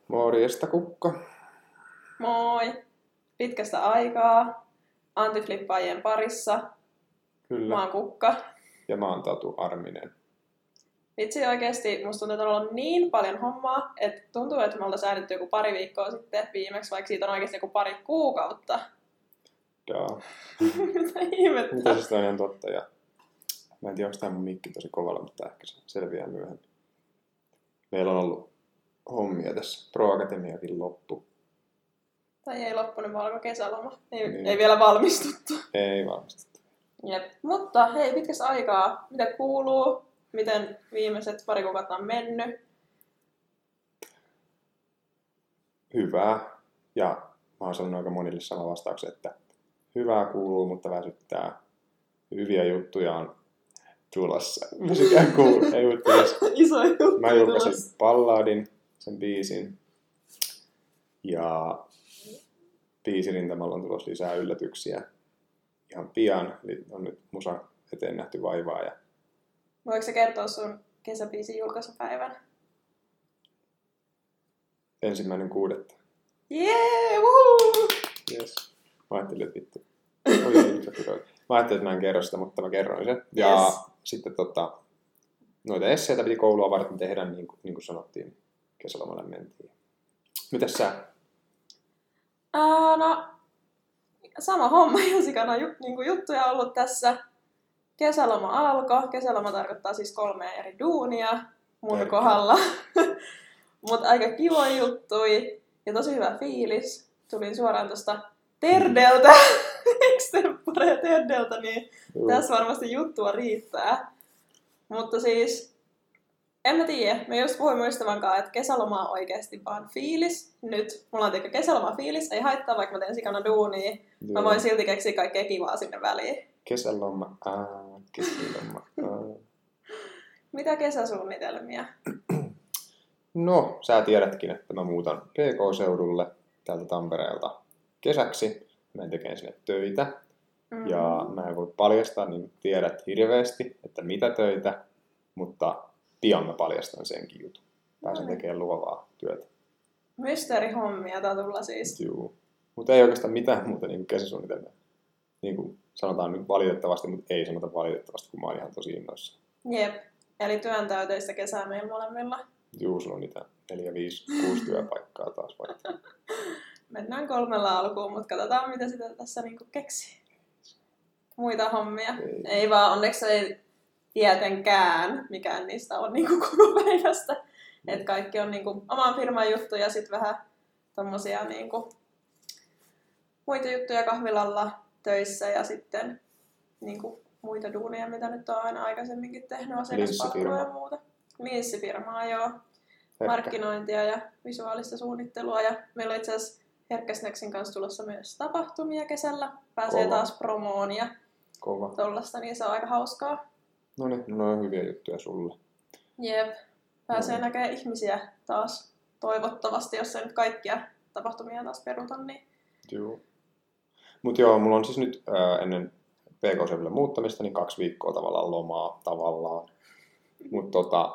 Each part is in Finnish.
Morjesta, Kukka. Moi! Pitkästä aikaa. Antiflippaajien parissa. Kyllä. Mä oon Kukka. Ja mä oon Tatu Arminen. Vitsi oikeesti, musta tuntuu, että on niin paljon hommaa, että tuntuu, että me oltaisiin äänitetty joku pari viikkoa sitten viimeksi, vaikka siitä on oikeasti joku pari kuukautta. Jaa. Mitä ihmettä? Mitä siis on ihan totta. Ja mä en tiedä, onko tää mun mikki tosi kovalla, mutta ehkä se selviää myöhemmin. Meillä on ollut hommia tässä. Pro Akatemiakin loppu. Tai ei loppunut, vaan alkoi kesäloma. Niin. Ei vielä valmistuttu. Ei valmistettu. Jep. Mutta hei, pitkästä aikaa. Mitä kuuluu? Miten viimeiset pari kuukautta on mennyt? Hyvää. Ja mä oon sanonut aika monille sama vastauksen, että hyvää kuuluu, mutta väsyttää. Hyviä juttuja on tulossa. Pysykää kuuluu. Ei voi tulossa. Iso juttu. Mä julkaisin Balladin, sen biisin. Ja biisirintamalla on tulossa lisää yllätyksiä ihan pian. Eli on nyt musa eteen nähty vaivaa. Ja Voiko sä kertoa sun kesäbiisin julkaisupäivän? 1.6. Jee, woohoo! Yes. Mä ajattelin, että vittu. Mä ajattelin, että mä en kerro sitä, mutta mä kerroin sen. Ja Yes. sitten noita esseitä piti koulua varten tehdä, niin kuin sanottiin, kesälomalle mentiin. Mitäs sä? No, sama homma Jusikana niinku juttuja ollut tässä. Kesäloma alkoi. Kesäloma tarkoittaa siis 3 eri duunia mun Tärkeä. kohdalla. Mutta aika kiva juttui ja tosi hyvä fiilis. Tulin suoraan tuosta Terdeltä, extempore Terdeltä, niin Juu. tässä varmasti juttua riittää. Mutta siis, en mä tiedä. Me just puhuin ystävän kanssa, että kesäloma on oikeasti vaan fiilis. Nyt mulla on tiedä kesäloma fiilis, ei haittaa vaikka mä teen sikana duunia. Mä voin silti keksiä kaikkea kivaa sinne väliin. Kesäloma, kesäloma. Mitä kesäsuunnitelmia? No, sä tiedätkin, että mä muutan PK-seudulle täältä Tampereelta kesäksi. Mä en tekee sinne töitä. Ja mä en voi paljastaa, niin tiedät hirveästi, että mitä töitä, mutta pian mä paljastan senkin jutun. Pääsen tekemään luovaa työtä. Mysteerihommia Tatulla siis. Juu. Mutta ei oikeastaan mitään muuta niin kesäsuunnitelmia. Niin kuin sanotaan nyt valitettavasti, mutta ei sanota valitettavasti, kun mä oon ihan tosi innoissaan. Jep. Eli työntäyteistä kesää meillä molemmilla. Juu, sulla on niitä 4, 5, 6 työpaikkaa taas varten. Mennään 3 alkuun, mutta katsotaan mitä sitä tässä niinku keksii. Muita hommia. Ei vaan, onneksi ei tietenkään mikään niistä on niinku koko päivästä. Et kaikki on niinku oman firman juttuja ja sitten vähän tommosia niinku muita juttuja kahvilalla töissä ja sitten niinku muita duuneja, mitä nyt on aina aikaisemminkin tehnyt, asiakaspalvelua ja muuta. Linssifirmaa, joo. Markkinointia ja visuaalista suunnittelua. Ja meillä on itse asiassa Herkkäsnäksin kanssa tulossa myös tapahtumia kesällä. Pääsee Kova. taas promoon ja Kova. tollasta, niin se on aika hauskaa. No niin, no on hyviä juttuja sulle. Jep. Pääsee näkemään ihmisiä taas toivottavasti, jos ei nyt kaikkia tapahtumia taas peruta. Niin... Joo. Mut joo, mulla on siis nyt ennen PK-seudulle muuttamista niin 2 viikkoa tavallaan lomaa tavallaan. Mut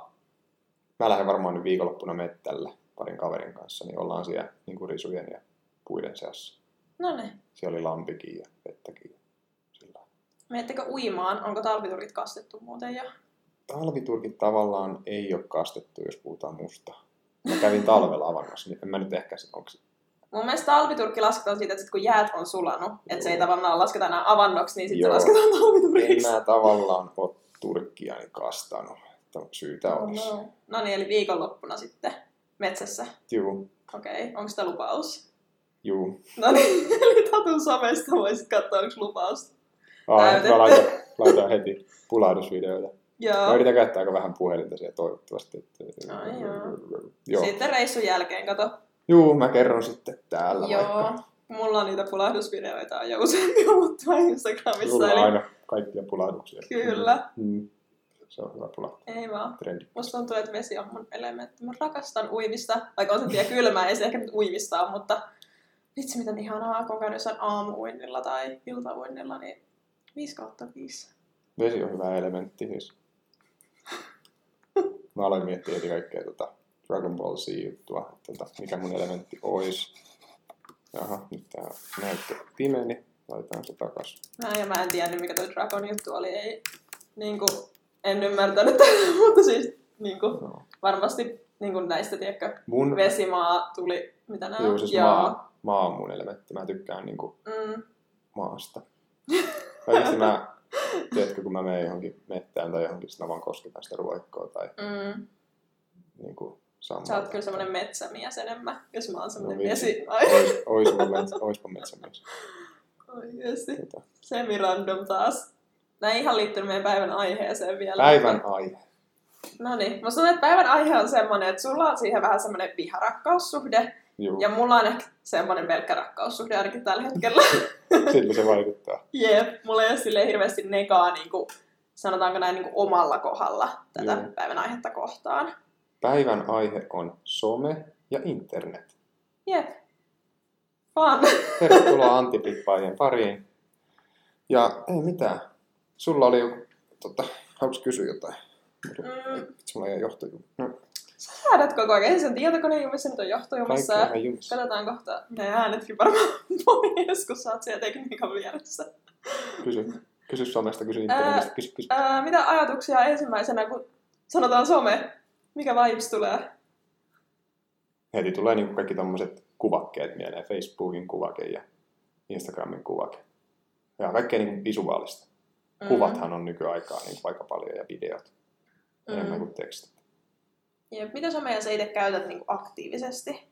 mä lähden varmaan nyt viikonloppuna mettälle parin kaverin kanssa, niin ollaan siellä niin kuin risujen ja puiden seassa. No niin. Siellä oli lampikin ja vettäkin. Sillä. Miettikö uimaan? Onko talviturkit kastettu muuten jo? Talviturkit tavallaan ei ole kastettu, jos puhutaan musta. Mä kävin talvella avannossa, niin en mä nyt ehkä onko se. Mun mielestä talviturkki lasketaan siitä, että sit kun jäät on sulanut, että se ei tavallaan lasketa enää avannoksi, niin sitten lasketaan talviturkiksi. En mä tavallaan ole turkkiani kastanut. Syytä olisi. No niin, eli viikonloppuna sitten metsässä. Juu. Okei, onko sitä lupaus? Juu. No niin, eli Tatun somesta voisit katsoa, onko lupausta. Mä laitan heti pulahdusvideoita. Joo. Mä yritän käyttää aika vähän puhelinta siellä toivottavasti. Ai Joo. Sitten reissun jälkeen, kato. Juu, mä kerron sitten täällä Joo. vaikka. Mulla on niitä pulahdusvideoita on jo useampia, mutta Instagramissa. Sulla on aina kaikkia pulahduksia. Kyllä. Se on hyvä pulahtaa. Ei vaan. Trendi. Musta tuntuu, että vesi on mun elementti. Mä rakastan uimista. Vaikka on se vielä kylmää, ei se ehkä nyt uimistaa, mutta vitsi miten ihanaa, kun on käynyt jossain aamuuinnilla tai iltauinnilla, niin 5/5. Vesi on hyvä elementti siis. Mä aloin miettiä heti kaikkea Dragon Ball Z-juttua, mikä mun elementti olisi. Jaha, nyt tää näyttö pimeni. Laitetaan se takas. Mä en tiennyt, mikä toi Dragon juttu oli. Ei, niinku, en ymmärtänyt, mutta siis niinku, varmasti niinku näistä, tiedätkö, vesimaa tuli, mitä nää on? Joo, siis maa on mun elementti. Mä tykkään niinku maasta. Kaikesti tiedätkö, kun mä menen johonkin mettään tai johonkin, sitten mä vaan kosketan sitä ruoikkoa tai niinku samaa. Sä oot kyllä semmonen metsämies enemmän, jos mä oon semmonen vesi. Oispa metsämies. Oikeesti. Semi-random taas. Nää ei ihan liittynyt meidän päivän aiheeseen vielä. Päivän aihe. Noniin. Mä sanon, että päivän aihe on semmonen, että sulla on siihen vähän semmonen viharakkaussuhde. Juu. Ja mulla on ehkä semmonen pelkkä rakkaussuhde ainakin tällä hetkellä. Siltä se vaikuttaa. Jep. Mulla ei ole silleen hirveästi negaa, niinku, sanotaanko näin, niinku omalla kohdalla tätä päivän aihetta kohtaan. Päivän aihe on some ja internet. Jep. Fun. Tervetuloa Antipippaajan pariin. Ja ei mitään. Sulla oli joku, haluatko kysyä jotain? Mulla ei ole johtojumissa. Sä säädät koko ajan. Ei sen tietokonejumissa, nyt on johtojumissa. Katsotaan kohta ne äänetkin varmaan pois, kun sä oot siellä tekniikan vieressä. Kysy somesta, kysy internetistä. Kysy. Mitä ajatuksia ensimmäisenä, kun sanotaan some? Mikä vibes tulee? Heti tulee niin kaikki tommoset kuvakkeet mieleen. Facebookin kuvake ja Instagramin kuvake. Ja kaikkea niin visuaalista. Kuvathan on nykyaikaa niin aika paljon ja videot. Enemmän kuin tekstit. Ja mitä somea sä itse käytät niin aktiivisesti?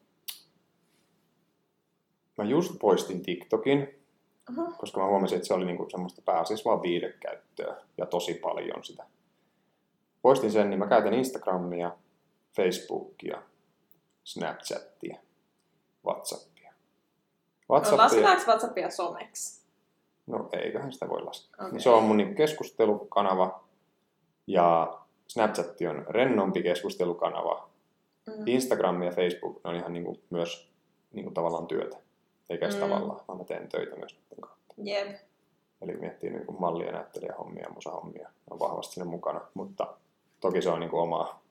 Mä just poistin TikTokin, koska mä huomasin, että se oli niin semmoista pääasiassa vaan viihdekäyttöä ja tosi paljon sitä. Poistin sen, niin mä käytän Instagramia, Facebookia, Snapchatia, WhatsAppia. Lasketaanko WhatsAppia someksi? No eiköhän sitä voi laskea. Okay. Se on mun niin keskustelukanava ja Snapchat on rennompi keskustelukanava. Instagram ja Facebook on ihan niin myös niin tavallaan työtä. Eikä edes tavallaan, vaan mä teen töitä myös niiden kautta. Jep. Eli miettii niin mallia ja näyttelijähommia ja musahommia. On vahvasti siinä mukana, mutta toki se on niin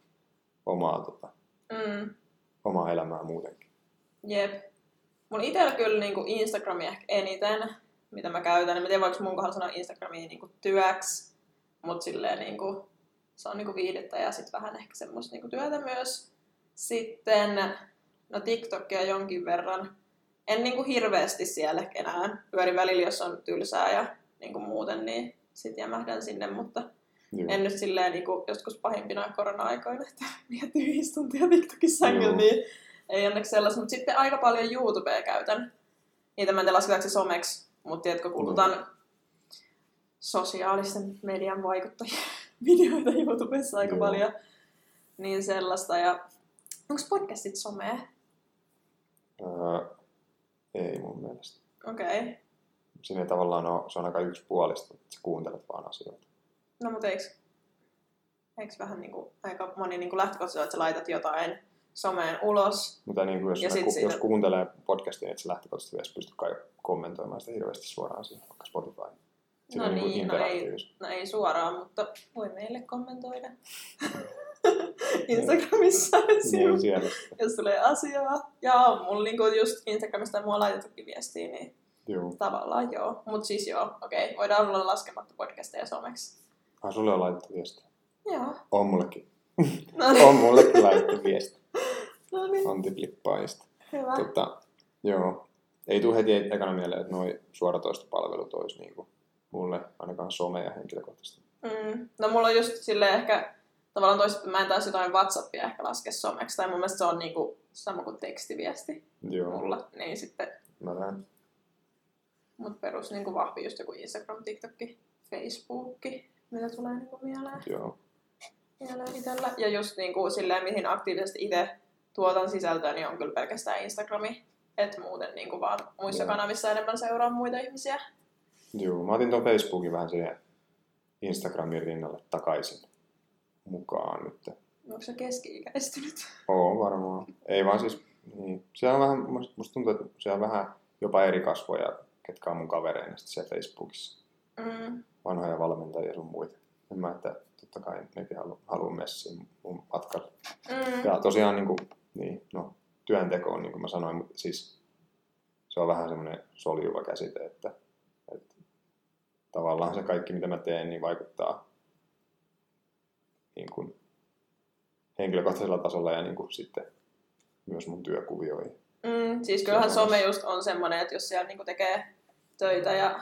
omaa elämää muutenkin. Jep. Mulla itsellä kyllä niin Instagramia ehkä eniten, mitä mä käytän. En tiedä, voiko mun kohdalla sanoa Instagramia niin työksi, mutta silleen niin kuin, se on niin kuin viihdettä ja sitten vähän ehkä semmoista niin kuin työtä myös. Sitten no TikTokia jonkin verran. En niin kuin hirveästi siellä enää. Pyörin välillä, jos on tylsää ja niin kuin muuten, niin sitten jämähdän sinne, mutta en nyt silleen niin kuin joskus pahimpina korona-aikoina, että miettii 5 tuntia TikTokissa sängillä, niin ei onneksi sellaista. Mutta sitten aika paljon YouTubea käytän. Niitä mä en tiedä lasketaanko se someksi, mutta tiedätkö, kulutan sosiaalisten median vaikuttajia videoita YouTubessa aika paljon. Niin sellaista. Ja onko podcastit somea? Ei mun mielestä. Okei. Okay. Siinä ei tavallaan ole, se on aika yksipuolista, että sä kuuntelet vaan asioita. No mutta eikö vähän niinku, aika moni niinku lähtökohtaisesti, että sä laitat jotain someen ulos. Mutta niin kuin jos kuuntelee podcastia, niin et sä lähtökohtaisesti edes pysty kommentoimaan sitä hirveästi suoraan siihen, vaikka Spotify. No niin, no ei suoraan, mutta voi meille kommentoida. Instagramissa jos tulee asiaa. Ja mulla niinku just Instagramista mua laitettukin viestiä, niin tavallaan joo. Mut siis okei, voidaan olla laskematta podcasteja someksi. Sulle on laitettu viestiä? Joo. On mullekin. On mullekin laitettu viestiä. Noniin. Antiplippaajista. Hyvä. Joo. Ei tule heti ekana mieleen, että noi suoratoistopalvelut olisi niinku mulle ainakaan some ja henkilökohtaisesti. No mulla on just silleen ehkä tavallaan toista, mä en taas jotain WhatsAppia ehkä laske someksi, tai mun mielestä se on niinku sama kuin tekstiviesti mulla, niin sitten. Mä näen. Mut perus niinku vahvi just joku Instagram, TikTokki, Facebookki, mitä tulee niinku mieleen. Joo. Mieleen itellä. Ja just niinku silleen, mihin aktiivisesti itse tuotan sisältöä, niin on kyllä pelkästään Instagrami. Et muuten niinku vaan muissa kanavissa enemmän seuraa muita ihmisiä. Joo, mä otin ton Facebookin vähän siihen Instagramin rinnalle takaisin mukaan nyt. Onko se keski-ikäistynyt? Oo, varmaan. Ei vaan siis, niin. Siellä on vähän, musta tuntuu, että siellä on vähän jopa eri kasvoja, ketkä on mun kavereina sitten siellä Facebookissa. Vanhoja valmentajia sun muita. En mä, että totta kai nekin haluaa messiin mun matkalla. Ja tosiaan työnteko on, niin kuin mä sanoin, mutta siis se on vähän semmoinen soljuva käsite, että tavallaan se kaikki, mitä mä teen, niin vaikuttaa niin kuin henkilökohtaisella tasolla ja niin kuin sitten myös mun työkuvioihin. Siis kyllähän some just on semmoinen, että jos siellä niin kuin tekee töitä ja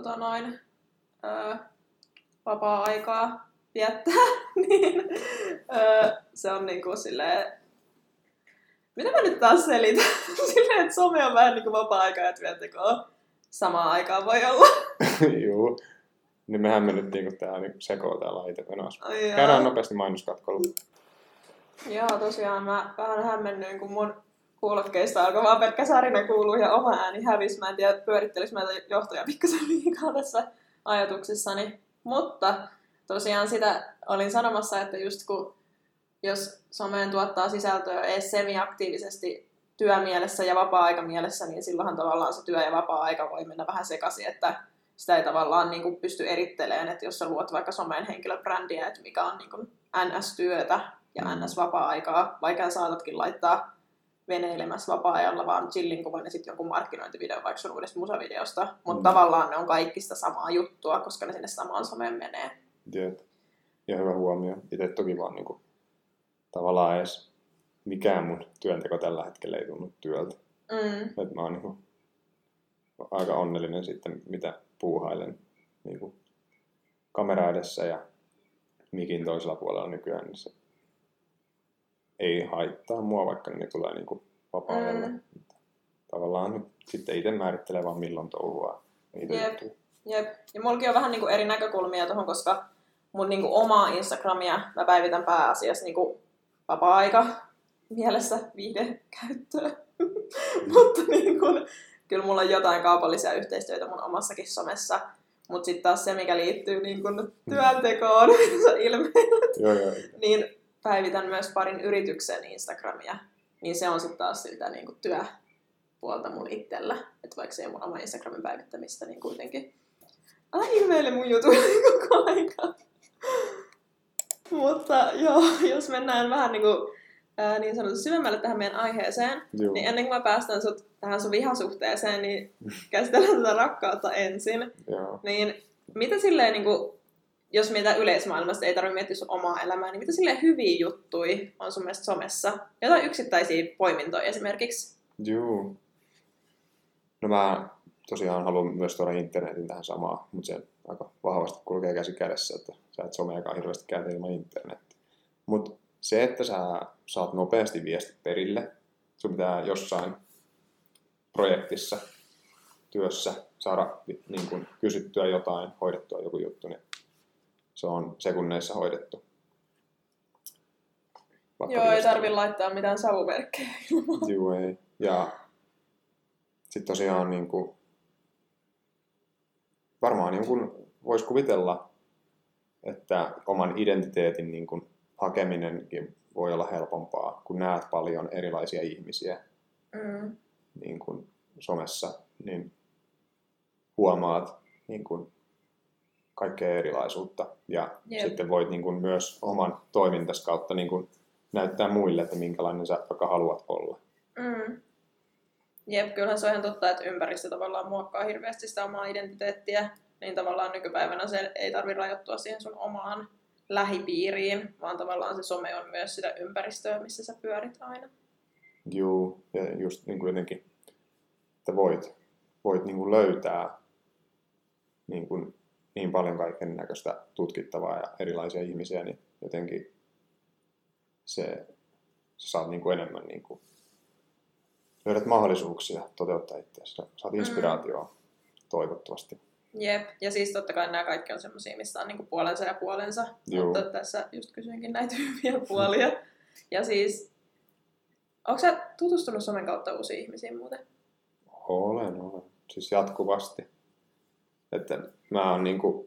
vapaa-aikaa viettää, niin se on niin kuin silleen... Mitä mä nyt taas selitän? Silleen, että some on vähän niin kuin vapaa-aikaa ja työntekoa samaan aikaan voi olla. Joo. Niin mehän me nyt niinku täällä niinku sekoo täällä itse menossa. Käydään nopeasti mainoskatkolla. Joo, tosiaan mä vähän hämmennyin, kun mun kuulokkeista alkoi vaan pelkkä särinä kuuluu ja oma ääni hävisi. Mä en tiedä, pyörittelis mä johtoja pikkasen liikaa tässä ajatuksissani. Mutta tosiaan sitä olin sanomassa, että just kun jos someen tuottaa sisältöä edes semi-aktiivisesti työmielessä ja vapaa-aikamielessä, niin silloinhan tavallaan se työ ja vapaa-aika voi mennä vähän sekaisin, että sitä ei tavallaan niin kuin pysty erittelemään, että jos sä luot vaikka someen henkilöbrändiä, että mikä on niin kuin NS-työtä ja NS-vapaa-aikaa, vaikka saatatkin laittaa veneilemässä vapaa-ajalla vaan chillin kuvan ja sitten jonkun markkinointivideon vaikka sun uudesta musavideosta, mutta tavallaan ne on kaikki sitä samaa juttua, koska ne sinne samaan someen menee. Jep. Ja hyvä huomio. Itse toki vaan niin kuin, tavallaan edes mikään mun työnteko tällä hetkellä ei tunnu työltä. Että mä oon niin kuin, aika onnellinen sitten, mitä puuhailen niin kuin kamera edessä ja mikin toisella puolella nykyään, niin se ei haittaa mua, vaikka ne tulee niin kuin vapaa-ajalla. Tavallaan nyt sitten itse määrittelee vaan milloin touhua. Jep. Ja mullakin on vähän niin kuin eri näkökulmia tuohon, koska mun niin kuin omaa Instagramia mä päivitän pääasiassa niin kuin vapaa-aika mielessä viihdekäyttöä. Mutta niin kuin, kyllä mulla on jotain kaupallisia yhteistyötä mun omassakin somessa. Mutta sitten taas se, mikä liittyy niin kun työntekoon, niin päivitän myös parin yrityksen Instagramia. Niin se on sitten taas sitä niin kun työpuolta mun itsellä. Että vaikka se ei ole mun oma Instagramin päivittämistä, niin kuitenkin älä ilmeile mun jutuilla koko aika. Mutta joo, jos mennään vähän niin sanotusti syvemmälle tähän meidän aiheeseen, niin ennen kuin mä päästän sut tähän sun vihasuhteeseen, niin käsitellään tätä rakkautta ensin. Niin mitä silleen, niin kuin, jos mitä yleismaailmasta ei tarvitse miettiä sun omaa elämää, niin mitä silleen hyviä juttuja on sun mielestä somessa? Jotain yksittäisiä poimintoja esimerkiksi? Joo. No mä tosiaan haluan myös tuoda internetin tähän samaan, mutta se aika vahvasti kulkee käsi kädessä, että sä et someakaan hirveästi käytä ilman internettiä. Mutta se, että sä saat nopeasti viestit perille, sun pitää jossain projektissa, työssä saada niin kun kysyttyä jotain, hoidettua joku juttu, niin se on sekunneissa hoidettu. Joo, ei tarvitse laittaa mitään savumerkkejä. Joo, ei. Ja sitten tosiaan niin kuin, varmaan niin kuin voisi kuvitella, että oman identiteetin niin kuin hakeminenkin voi olla helpompaa, kun näet paljon erilaisia ihmisiä niin kuin somessa, niin huomaat niin kuin kaikkea erilaisuutta. Ja sitten voit niin kuin myös oman toimintasi kautta niin kuin näyttää muille, että minkälainen sä vaikka haluat olla. Jep, kyllähän se on ihan totta, että ympäristö tavallaan muokkaa hirveästi sitä omaa identiteettiä, niin tavallaan nykypäivänä se ei tarvitse rajoittua siihen sun omaan lähipiiriin, vaan tavallaan se some on myös sitä ympäristöä, missä sä pyörit aina. Joo, ja just niin kuin jotenkin, että voit niin kuin löytää niin paljon kaiken näköistä tutkittavaa ja erilaisia ihmisiä, niin jotenkin sä saat niin kuin enemmän niin kuin, löydät mahdollisuuksia toteuttaa itseäsi. Saat inspiraatioa toivottavasti. Jep, ja siis totta kai nämä kaikki on semmosia, missä on niinku puolensa ja puolensa, mutta tässä just kysyinkin näitä hyviä puolia. Ja siis, onko sä tutustunut somen kautta uusiin ihmisiin muuten? Olen. Siis jatkuvasti. Että mä oon niinku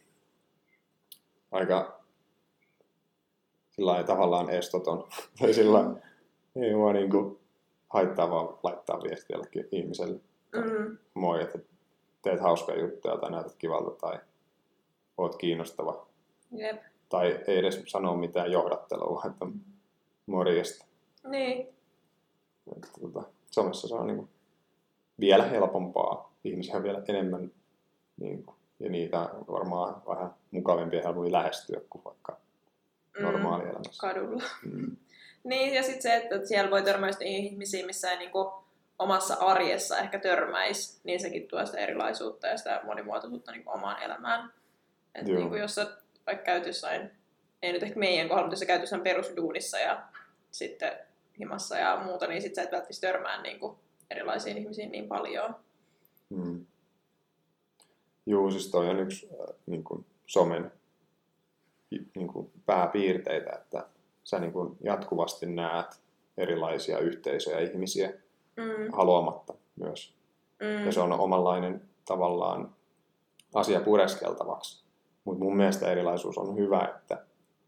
aika sillain tavallaan estoton. Tai sillain, ei mua niinku haittaa vaan laittaa viestiä jollekin ihmiselle. Moi, että teet hauskaa juttuja tai näytät kivalta tai oot kiinnostava. Jep. tai ei edes sano mitään johdattelua, että morjesta. Niin. Somessa se on niin kuin vielä helpompaa. Ihmisiä on vielä enemmän niin kuin, ja niitä on varmaan vähän mukavampia ja helpommin lähestyä kuin vaikka normaalielämässä. Kadulla. Niin, ja sitten se, että siellä voi törmäistä ihmisiä, missä ei niinku omassa arjessa ehkä törmäisi, niin sekin tuo sitä erilaisuutta ja sitä monimuotoisuutta niinku omaan elämään. Että niinku, jos sä vaikka käyt jossain, ei nyt ehkä meidän kohdalla, mutta jos sä käyt jossain perusduunissa ja sitten himassa ja muuta, niin sit sä et välttämättä törmää niinku erilaisiin ihmisiin niin paljon. Joo, siis toi on yksi niin kuin somen niin kuin pääpiirteitä, että sä niin kuin jatkuvasti näet erilaisia yhteisöjä ja ihmisiä haluamatta myös. Ja se on omanlainen tavallaan asia pureskeltavaksi. Mutta mun mielestä erilaisuus on hyvä, että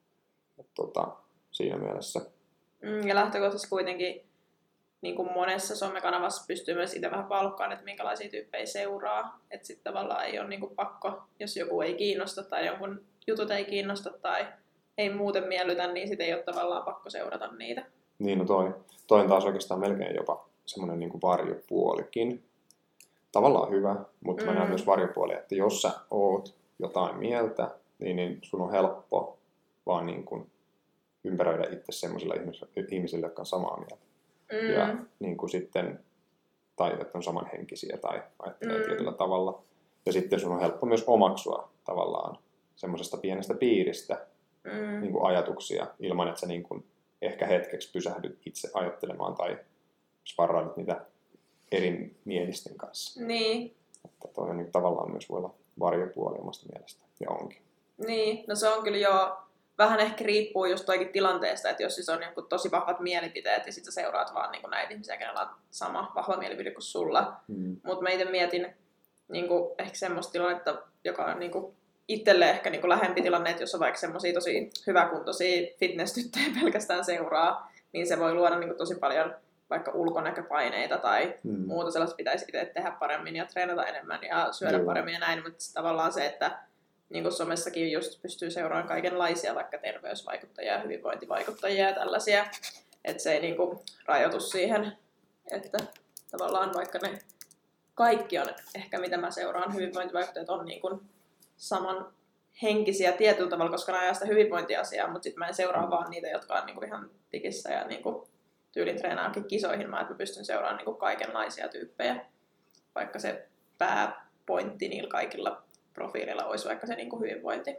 siinä mielessä. Ja lähtökohtaisesti kuitenkin niin kuin monessa somekanavassa pystyy myös itse vähän palkkaan, että minkälaisia tyyppejä seuraa. Että sitten tavallaan ei ole niin kuin pakko, jos joku ei kiinnosta tai jonkun jutut ei kiinnosta tai ei muuten miellytä, niin sitten ei ole tavallaan pakko seurata niitä. Niin, no toi on taas oikeastaan melkein jopa semmoinen niin kuin varjopuolikin. Tavallaan hyvä, mutta mä näen myös varjopuolia, että jos sä oot jotain mieltä, niin sun on helppo vaan niin kuin ympäröidä itse semmoisilla ihmisillä, jotka on samaa mieltä. Ja niin kuin sitten, tai että on samanhenkisiä tai ajattelee tietyllä tavalla. Ja sitten sun on helppo myös omaksua tavallaan semmoisesta pienestä piiristä niin kuin ajatuksia ilman, että sä niin kuin ehkä hetkeksi pysähdyt itse ajattelemaan tai sparrailet niitä eri mielisten kanssa. Niin. Että toi on niin tavallaan myös voi olla varjopuoli omasta mielestä, ja onkin. Niin, no se on kyllä jo, vähän ehkä riippuu just toikin tilanteesta, että jos siis on joku tosi vahvat mielipiteet ja sitten sä seuraat vaan niin kuin näitä ihmisiä, kenellä on sama vahva mielipide kuin sulla. Mutta mä itse mietin niin kuin ehkä semmoista tilannetta, joka on niin kuin itselle ehkä niin kuin lähempi tilanne, että jos on vaikka semmoisia tosi hyväkuntoisia fitness-tyttöjä pelkästään seuraa, niin se voi luoda niin kuin tosi paljon vaikka ulkonäköpaineita tai muuta sellaista, pitäisi itse tehdä paremmin ja treenata enemmän ja syödä paremmin ja näin, mutta tavallaan se, että niin kuin somessakin just pystyy seuraamaan kaikenlaisia vaikka terveysvaikuttajia, hyvinvointivaikuttajia ja tällaisia, että se ei niin kuin rajoitu siihen, että tavallaan vaikka ne kaikki on ehkä mitä mä seuraan hyvinvointivaikuttajat on niin kuin samanhenkisiä tietyllä tavalla, koska ne ajaa sitä hyvinvointiasiaa, mutta sitten mä en seuraa vaan niitä, jotka on niin kuin ihan digissä ja niin kuin tyylin treenaakin kisoihin, että mä pystyn seuraamaan niin kuin kaikenlaisia tyyppejä, vaikka se pääpointti niillä kaikilla profiililla olisi vaikka se niin kuin hyvinvointi.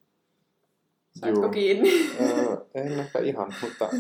Saitko kiinni? En ehkä ihan, mutta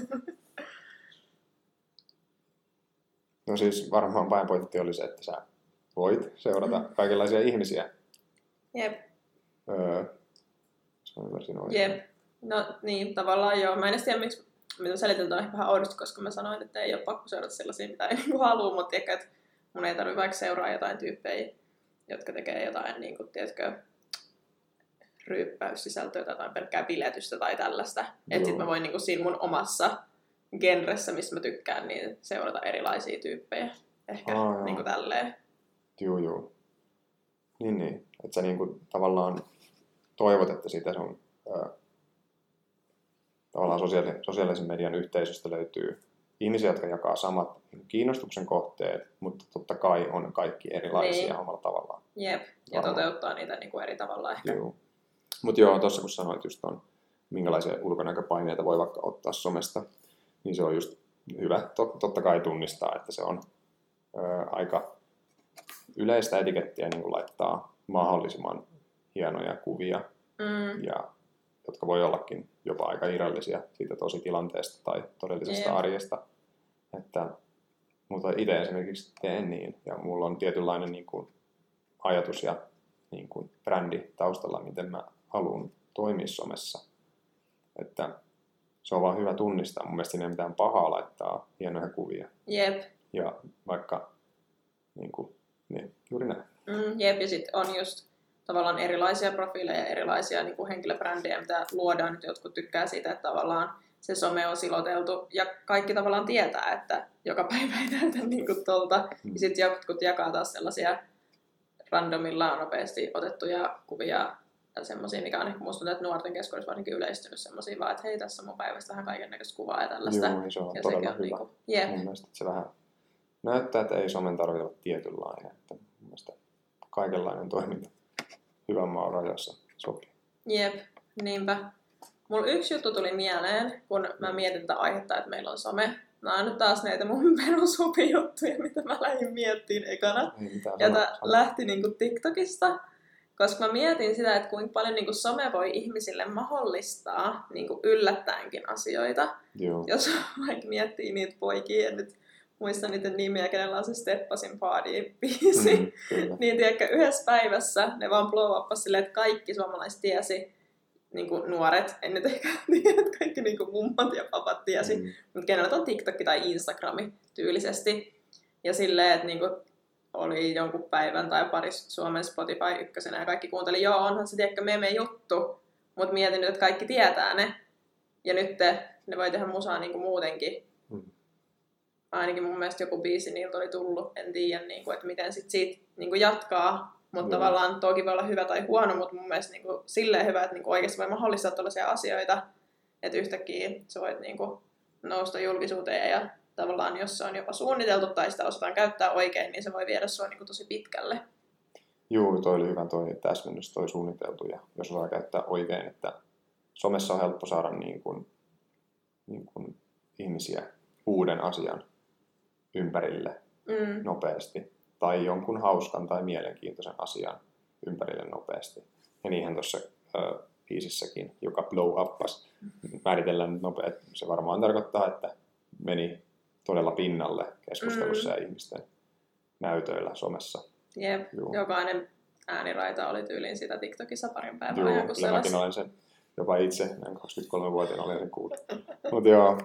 no siis varmaan pääpointti oli se, että sä voit seurata kaikenlaisia ihmisiä. Jep. Se on ymmärsin oikein. Jep. No niin, tavallaan joo. Mä en edes tiedä, mitä selitän on ehkä vähän oudosti, koska mä sanoin, että ei ole pakko seurata sellaisia, mitä ei niin halua, mutta ehkä, että mun ei tarvitse vaikka seuraa jotain tyyppejä, jotka tekee jotain, niin kuin, tiedätkö, ryyppäyssisältöä tai jotain pelkkää biletystä tai tällaista. Että sit mä voin niin kuin siinä mun omassa genressä, missä mä tykkään, niin seurata erilaisia tyyppejä. Ehkä niin kuin tälleen. Joo. Niin. Että sä niin kuin tavallaan toivot, että siitä sun tavallaan sosiaalisen median yhteisöstä löytyy ihmisiä, jotka jakaa samat kiinnostuksen kohteet, mutta totta kai on kaikki erilaisia omalla tavallaan. Jep, ja toteuttaa niitä niin kuin eri tavalla ehkä. Joo. Mutta joo, tuossa kun sanoit just on, minkälaisia ulkonäköpaineita voi vaikka ottaa somesta, niin se on just hyvä totta kai tunnistaa, että se on aika yleistä etikettiä niin kuin laittaa mahdollisimman hienoja kuvia, ja, jotka voi ollakin jopa aika irrallisia siitä tositilanteesta tai todellisesta arjesta. Mutta itse esimerkiksi teen niin, ja mulla on tietynlainen niin kuin ajatus ja niin kuin brändi taustalla, miten mä haluan toimia somessa. Että se on vaan hyvä tunnistaa. Mun mielestä siinä ei mitään pahaa laittaa hienoja kuvia. Jep. Ja vaikka niin kuin, niin, juuri näin. Jep, ja sitten on just tavallaan erilaisia profiileja, erilaisia niin kuin henkilöbrändejä, mitä luodaan. Nyt jotkut tykkää siitä, että tavallaan se some on siloteltu ja kaikki tavallaan tietää, että joka päivä ei näytä niin kuin tuolta. Ja sitten jotkut jakaa taas sellaisia randomilla nopeasti otettuja kuvia semmosia, mikä on ehkä musta tuntuu, että nuorten keskuudessa varsinkin yleistynyt semmosia vaan, että hei, tässä on mun päivästä vähän kaiken näköistä kuvaa ja tällaista. Joo, se on ja todella on hyvä. niinku, jep. Mun mielestä se vähän näyttää, että ei somen tarvitse olla tietynlainen. Että mun mielestä kaikenlainen toiminta hyvän maan rajoissa sopii. Jep, niinpä. Mulla yksi juttu tuli mieleen, kun mä mietin tätä aihetta, että meillä on some. Nämä on nyt taas näitä mun perusopijuttuja, mitä mä lähdin miettimään ekana. Ja lähti niinku TikTokista, koska mä mietin sitä, että kuinka paljon niinku some voi ihmisille mahdollistaa niinku yllättäenkin asioita. Joo. Jos vaikka miettii niitä poikia, en nyt muista niiden nimiä, kenellä on se Steppasin Party-biisi. Niin tiedätkö, yhdessä päivässä ne vaan blow uppas silleen, että kaikki suomalaiset tiesi, niin kuin nuoret, en nyt ehkä tiedä, että kaikki niin kuin mummat ja papat tiesi, mutta kenellä on TikTok tai Instagrami tyylisesti. Ja silleen, että niin kuin oli jonkun päivän tai pari Suomen Spotify ykkösenä ja kaikki kuunteli, joo, onhan se tiedätkö meme juttu, mutta mietin nyt, että kaikki tietää ne. Ja nyt ne voi tehdä musaa niin kuin muutenkin. Ainakin mun mielestä joku biisi niiltä oli tullut, en tiedä, niin kuin, että miten sit siitä niin kuin jatkaa. Mutta tavallaan toki voi olla hyvä tai huono, mutta mun mielestä niin kuin, silleen hyvä, että niin kuin oikeasti voi mahdollistaa tällaisia asioita, että yhtäkkiä sä voit niin kuin, nousta julkisuuteen ja tavallaan jos se on jopa suunniteltu tai sitä osataan käyttää oikein, niin se voi viedä sua niin kuin, tosi pitkälle. Joo, toi oli hyvä toi täsmennys, toi suunniteltu ja jos osaa käyttää oikein, että somessa on helppo saada niin kuin ihmisiä uuden asian ympärille nopeasti. Tai jonkun hauskan tai mielenkiintoisen asian ympärille nopeasti. Ja niinhän tuossa biisissäkin, joka blow uppas, määritellään nyt nopeasti. Se varmaan tarkoittaa, että meni todella pinnalle keskustelussa ja ihmisten näytöillä somessa. Jep, jokainen ääniraita oli tyyliin sitä TikTokissa parin päivän ajan. Joo, kyllä mäkin olen sen jopa itse, näin 23-vuotiaana olen sen kuullut. Mutta joo,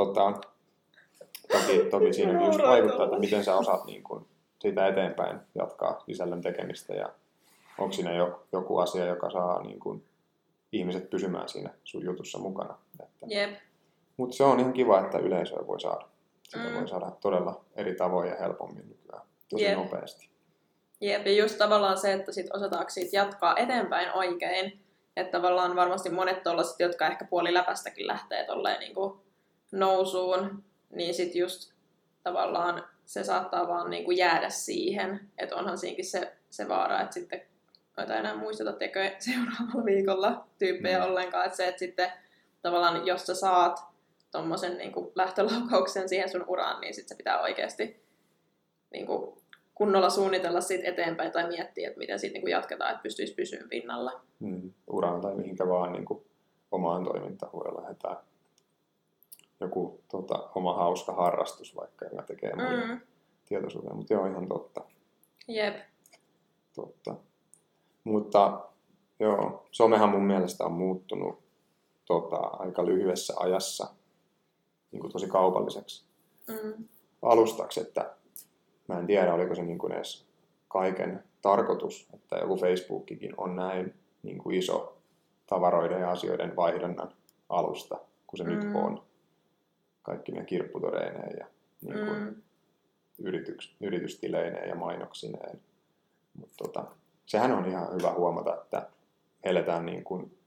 toki siinä just vaikuttaa, että miten sä osaat niin kun siitä eteenpäin jatkaa sisällön tekemistä ja onko siinä joku asia, joka saa niin kun ihmiset pysymään siinä sun jutussa mukana. Mutta se on ihan kiva, että yleisöä voi saada. Sitä voi saada todella eri tavoin ja helpommin nykyään, tosi nopeasti. Jep, ja just tavallaan se, että sit osataanko siitä jatkaa eteenpäin oikein. Että tavallaan varmasti monet tollaset, jotka ehkä puoliläpästäkin lähtee tolleen niinku nousuun, niin sit just tavallaan se saattaa vaan niinku jäädä siihen. Että onhan siinäkin se vaara, että sitten noita enää muisteta tekö seuraavalla viikolla tyyppejä ollenkaan. Että se, että sitten tavallaan jos sä saat tommosen niinku lähtölaukauksen siihen sun uraan, niin sit se pitää oikeasti niinku kunnolla suunnitella siitä eteenpäin tai miettiä, että miten siitä niinku jatketaan, että pystyisi pysymään pinnalla. Uraan tai mihinkä vaan niinku omaan toimintaan voi lähdetään joku oma hauska harrastus vaikka, joka tekee muiden tietoisuuden, mutta joo, ihan totta. Jep. Totta. Mutta joo, somehan mun mielestä on muuttunut aika lyhyessä ajassa niin kuin tosi kaupalliseksi alustaksi, että mä en tiedä, oliko se niin kuin edes kaiken tarkoitus, että joku Facebookikin on näin niin kuin iso tavaroiden ja asioiden vaihdonnan alusta, kun se nyt on. Kaikki ne kirpputodeineen ja niin kuin yritystileineen ja mainoksineen. Mutta sehän on ihan hyvä huomata, että eletään niin kuin,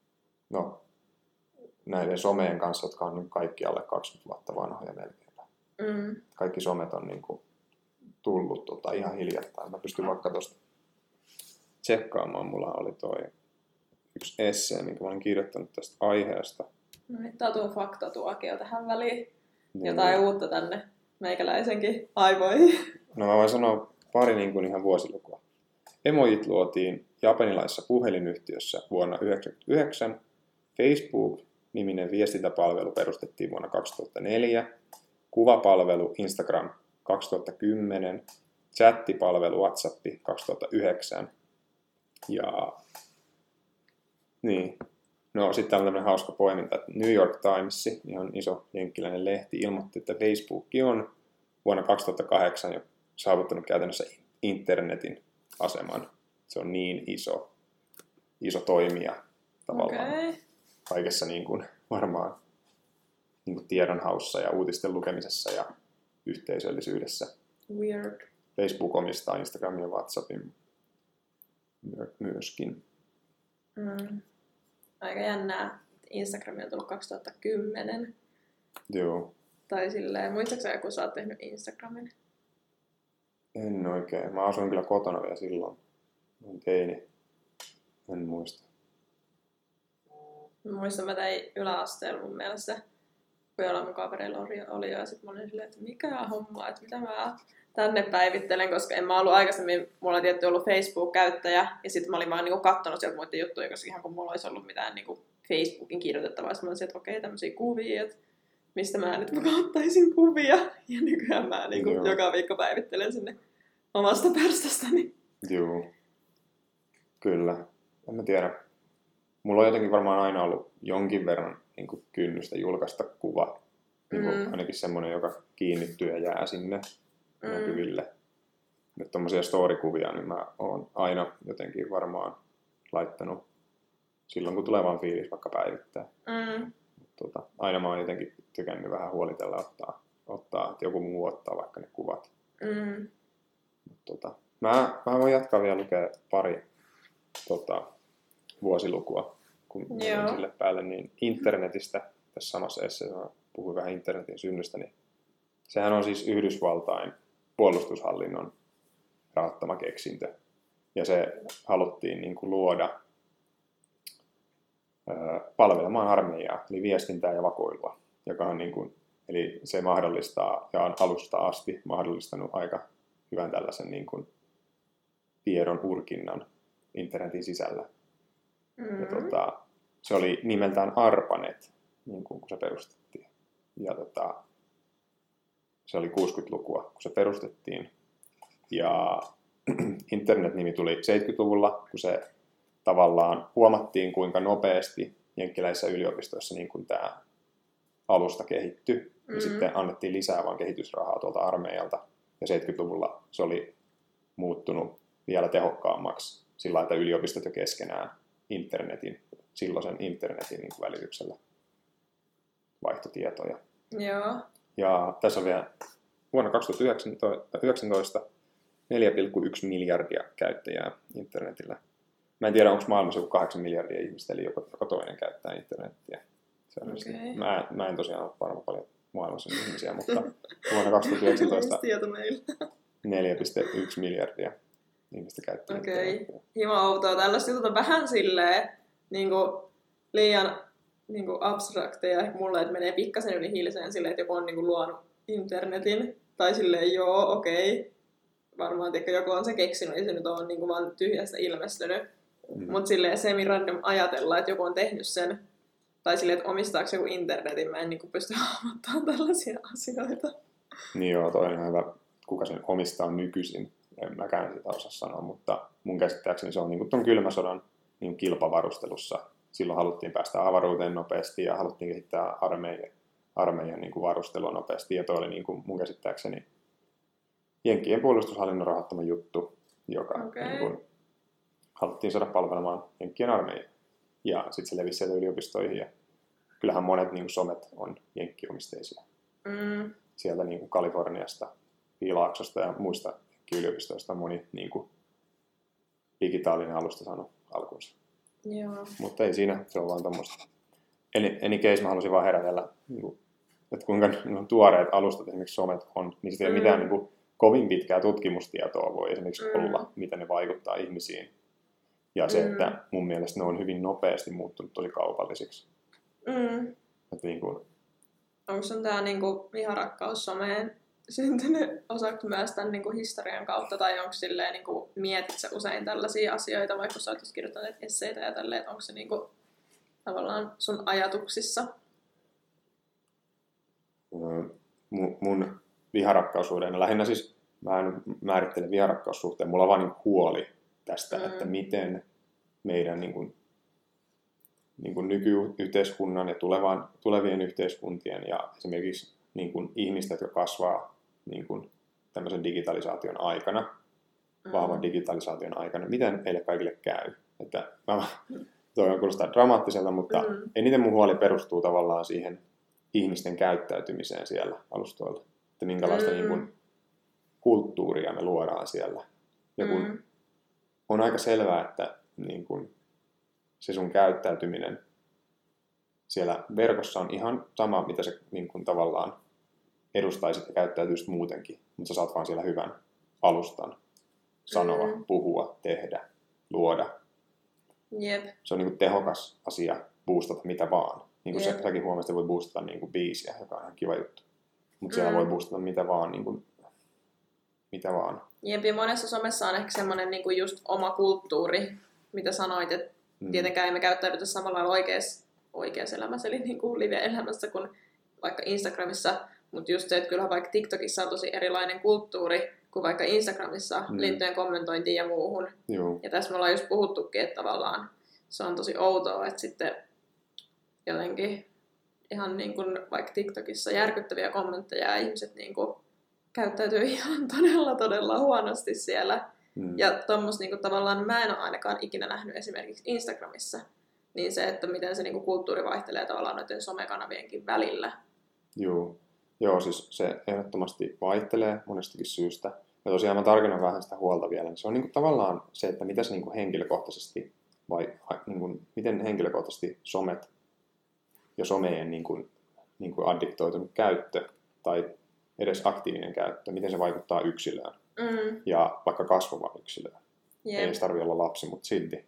näiden someen kanssa, jotka on nyt kaikki alle 20 vuotta vanhoja melkeinpä. Kaikki somet on niin kuin tullut ihan hiljattain. Mä pystyn vaikka tuosta tsekkaamaan. Mulla oli toi yksi essee, minkä mä olin kirjoittanut tästä aiheesta. Tatun faktatuokio tähän väliin. Jotain uutta tänne meikäläisenkin aivoihin. No mä voin sanoa pari niin kuin ihan vuosilukua. Emojit luotiin japanilaisessa puhelinyhtiössä vuonna 1999. Facebook-niminen viestintäpalvelu perustettiin vuonna 2004. Kuvapalvelu Instagram 2010. Chattipalvelu WhatsApp 2009. Ja niin. No sitten on tämmöinen hauska poiminta, että New York Times, ihan iso jenkkiläinen lehti, ilmoitti, että Facebook on vuonna 2008 jo saavuttanut käytännössä internetin aseman. Se on niin iso toimija tavallaan kaikessa niin kuin varmaan niin kuin tiedonhaussa ja uutisten lukemisessa ja yhteisöllisyydessä. Weird. Facebook omistaa Instagramin ja WhatsAppin myöskin. Aika jännää. Instagram on tullut 2010. Joo. Tai silleen, muistaakseni kun sä oot tehnyt Instagramin? En oikein. Mä asuin kyllä kotona vielä silloin. Mä olin teini. En muista. Mä muistan, mä tein yläasteella mun mielestä, kun jollain mun kavereilla oli jo, ja sit mä olin silleen, että mikä homma, että mitä mä tänne päivittelen, koska en mä ollut aikaisemmin, mulla on tietty ollut Facebook-käyttäjä, ja sitten mä olin vaan niinku kattonut sieltä muiden juttuja, koska ihan kun mulla olisi ollut mitään niinku Facebookin kirjoitettavaa, sitten mä olisin, että okei, tämmöisiä kuvia, että mistä mä nyt kattaisin kuvia, ja nykyään mä niinku joka viikko päivittelen sinne omasta pärstästäni. Joo. Kyllä. En mä tiedä. Mulla on jotenkin varmaan aina ollut jonkin verran niin kuin kynnystä julkaista kuva. Niin kuin ainakin semmoinen, joka kiinnittyy ja jää sinne näkyville. Nyt tommosia storykuvia, niin mä oon aina jotenkin varmaan laittanut silloin, kun tulee vaan fiilis vaikka päivittää. Aina mä oon jotenkin tykännyt vähän huolitella ottaa, että joku muu ottaa vaikka ne kuvat. Mä voin jatkaa vielä lukea pari vuosilukua, kun menin sille päälle, niin internetistä, tässä samassa esseessä mä puhuin vähän internetin synnystä, niin sehän on siis Yhdysvaltain puolustushallinnon rahoittama keksintö. Ja se haluttiin niin kuin luoda palvelemaan armeijaa, eli viestintää ja vakoilua, joka on niin kuin, eli se mahdollistaa ja on alusta asti mahdollistanut aika hyvän tällaisen niin kuin tiedon urkinnan internetin sisällä. Ja se oli nimeltään ARPANET, niin kun se perustettiin. Ja se oli 60-lukua, kun se perustettiin. Ja internet-nimi tuli 70-luvulla, kun se tavallaan huomattiin, kuinka nopeasti jenkkiläisissä yliopistoissa niin kun tämä alusta kehittyi. Ja sitten annettiin lisää vaan kehitysrahaa tuolta armeijalta. Ja 70-luvulla se oli muuttunut vielä tehokkaammaksi sillä, että yliopistot jo keskenään silloisen internetin niin kuin välityksellä vaihtotietoja. Joo. Ja tässä on vielä vuonna 2019 4,1 miljardia käyttäjää internetillä. Mä en tiedä, onko maailmassa joku 8 miljardia ihmistä, eli joka toinen käyttää internetiä. Okay. Mä en tosiaan ole varmaan paljon maailmassa ihmisiä, mutta vuonna 2019 4,1 miljardia ihmistä käyttää internetiä. Hima outoa. Tällaista jutut vähän silleen niinku liian niinku abstrakteja mulle, että menee pikkasen yli hiiliseen silleen, että joku on niinku luonut internetin. Tai silleen varmaan tiedätkö, joku on se keksinyt, ei se nyt ole niinku vaan tyhjästä ilmestynyt. Mutta silleen semi-random ajatella, että joku on tehnyt sen. Tai silleen, että omistaako joku internetin, mä en niinku pysty hahmottamaan tällaisia asioita. Niin joo, toi on hyvä. Kuka sen omistaa nykyisin? En mäkään sitä osaa sanoa, mutta mun käsittääkseni se on niin kuin tuon kylmäsodan niin kilpavarustelussa. Silloin haluttiin päästä avaruuteen nopeasti ja haluttiin kehittää armeijan niin kuin varustelua nopeasti. Ja toi oli niin kuin mun käsittääkseni Jenkkien puolustushallinnon rahoittama juttu, joka niin kuin haluttiin saada palvelemaan Jenkkien armeijaa. Ja sitten se levisi sieltä yliopistoihin. Ja kyllähän monet niin kuin somet on jenkkiomisteisia. Sieltä niin kuin Kaliforniasta, Piilaaksosta ja muista yliopistoista moni niin kuin digitaalinen alusta saanut alkuunsa. Joo. Mutta ei siinä, se on vaan tommoista. Any case mä halusin vaan herätellä, niin kuin, että kuinka tuoreet alustat, esimerkiksi somet on, niin sitten ei mitään niin kuin, kovin pitkää tutkimustietoa voi esimerkiksi olla, miten ne vaikuttaa ihmisiin. Ja se, että mun mielestä ne on hyvin nopeasti muuttunut tosi kaupallisiksi. Että, niin kuin, onko sun tää niinku viharakkaus someen syntynyt osaksi myös tämän niinku historian kautta, tai onko silleen niinku, mietit sä usein tällaisia asioita, vaikka sä oot kirjoittaneet esseitä ja tälleen, että onko se niinku, tavallaan sun ajatuksissa? Mun viharakkaussuhteen, lähinnä siis mä en määrittele viharakkaussuhteen, mulla on vaan niin huoli tästä, että miten meidän niin kuin nykyyhteiskunnan ja tulevien yhteiskuntien ja esimerkiksi niin kuin ihmiset, jotka kasvaa niin kuin tämmöisen digitalisaation aikana, vahvan digitalisaation aikana, miten heille kaikille käy. Että toi kuulostaa dramaattiselta, mutta eniten mun huoli perustuu tavallaan siihen ihmisten käyttäytymiseen siellä alustoilla. Että minkälaista niin kuin kulttuuria me luodaan siellä. Ja kun on aika selvää, että niin kuin se sun käyttäytyminen siellä verkossa on ihan sama, mitä se niin kuin tavallaan edustaisit ja käyttäytyisit muutenkin, mutta sä saat vaan siellä hyvän alustan sanoa, puhua, tehdä, luoda. Jep. Se on niin kuin tehokas asia boostata mitä vaan. Niin kuin säkin huomasit, että voi boostata niin kuin biisiä, joka on ihan kiva juttu. Mutta siellä voi boostata mitä vaan. Niin kuin, mitä vaan. Jep, ja monessa somessa on ehkä semmoinen niin kuin just oma kulttuuri, mitä sanoit, että tietenkään emme käyttäydytä samalla lailla oikeassa elämässä, eli niin kuin live-elämässä kuin vaikka Instagramissa. Mutta just se, että kyllähän vaikka TikTokissa on tosi erilainen kulttuuri kuin vaikka Instagramissa liittyen kommentointiin ja muuhun. Joo. Ja tässä me ollaan just puhuttukin, että tavallaan se on tosi outoa, että sitten jotenkin ihan niin kuin vaikka TikTokissa järkyttäviä kommentteja ja ihmiset niin kuin käyttäytyy ihan todella huonosti siellä. Ja tuommoista niin kuin tavallaan mä en ole ainakaan ikinä nähnyt esimerkiksi Instagramissa. Niin se, että miten se niin kuin kulttuuri vaihtelee tavallaan noiden somekanavienkin välillä. Joo, siis se ehdottomasti vaihtelee monestakin syystä. Ja tosiaan mä tarkennan vähän sitä huolta vielä. Se on niin kuin tavallaan se, että mitä se niin kuin henkilökohtaisesti, niin kuin, miten henkilökohtaisesti somet ja someen niin kuin addiktoitunut käyttö tai edes aktiivinen käyttö, miten se vaikuttaa yksilöön ja vaikka kasvavaan yksilöön. Ei edes tarvitse olla lapsi, mutta silti.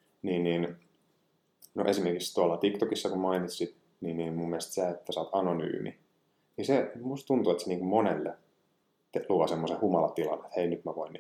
No esimerkiksi tuolla TikTokissa, kun mainitsit, niin mun mielestä se, että sä oot anonyymi, niin se musta tuntuu, että se niin kuin monelle luo semmoisen humalatilan, että hei nyt mä voin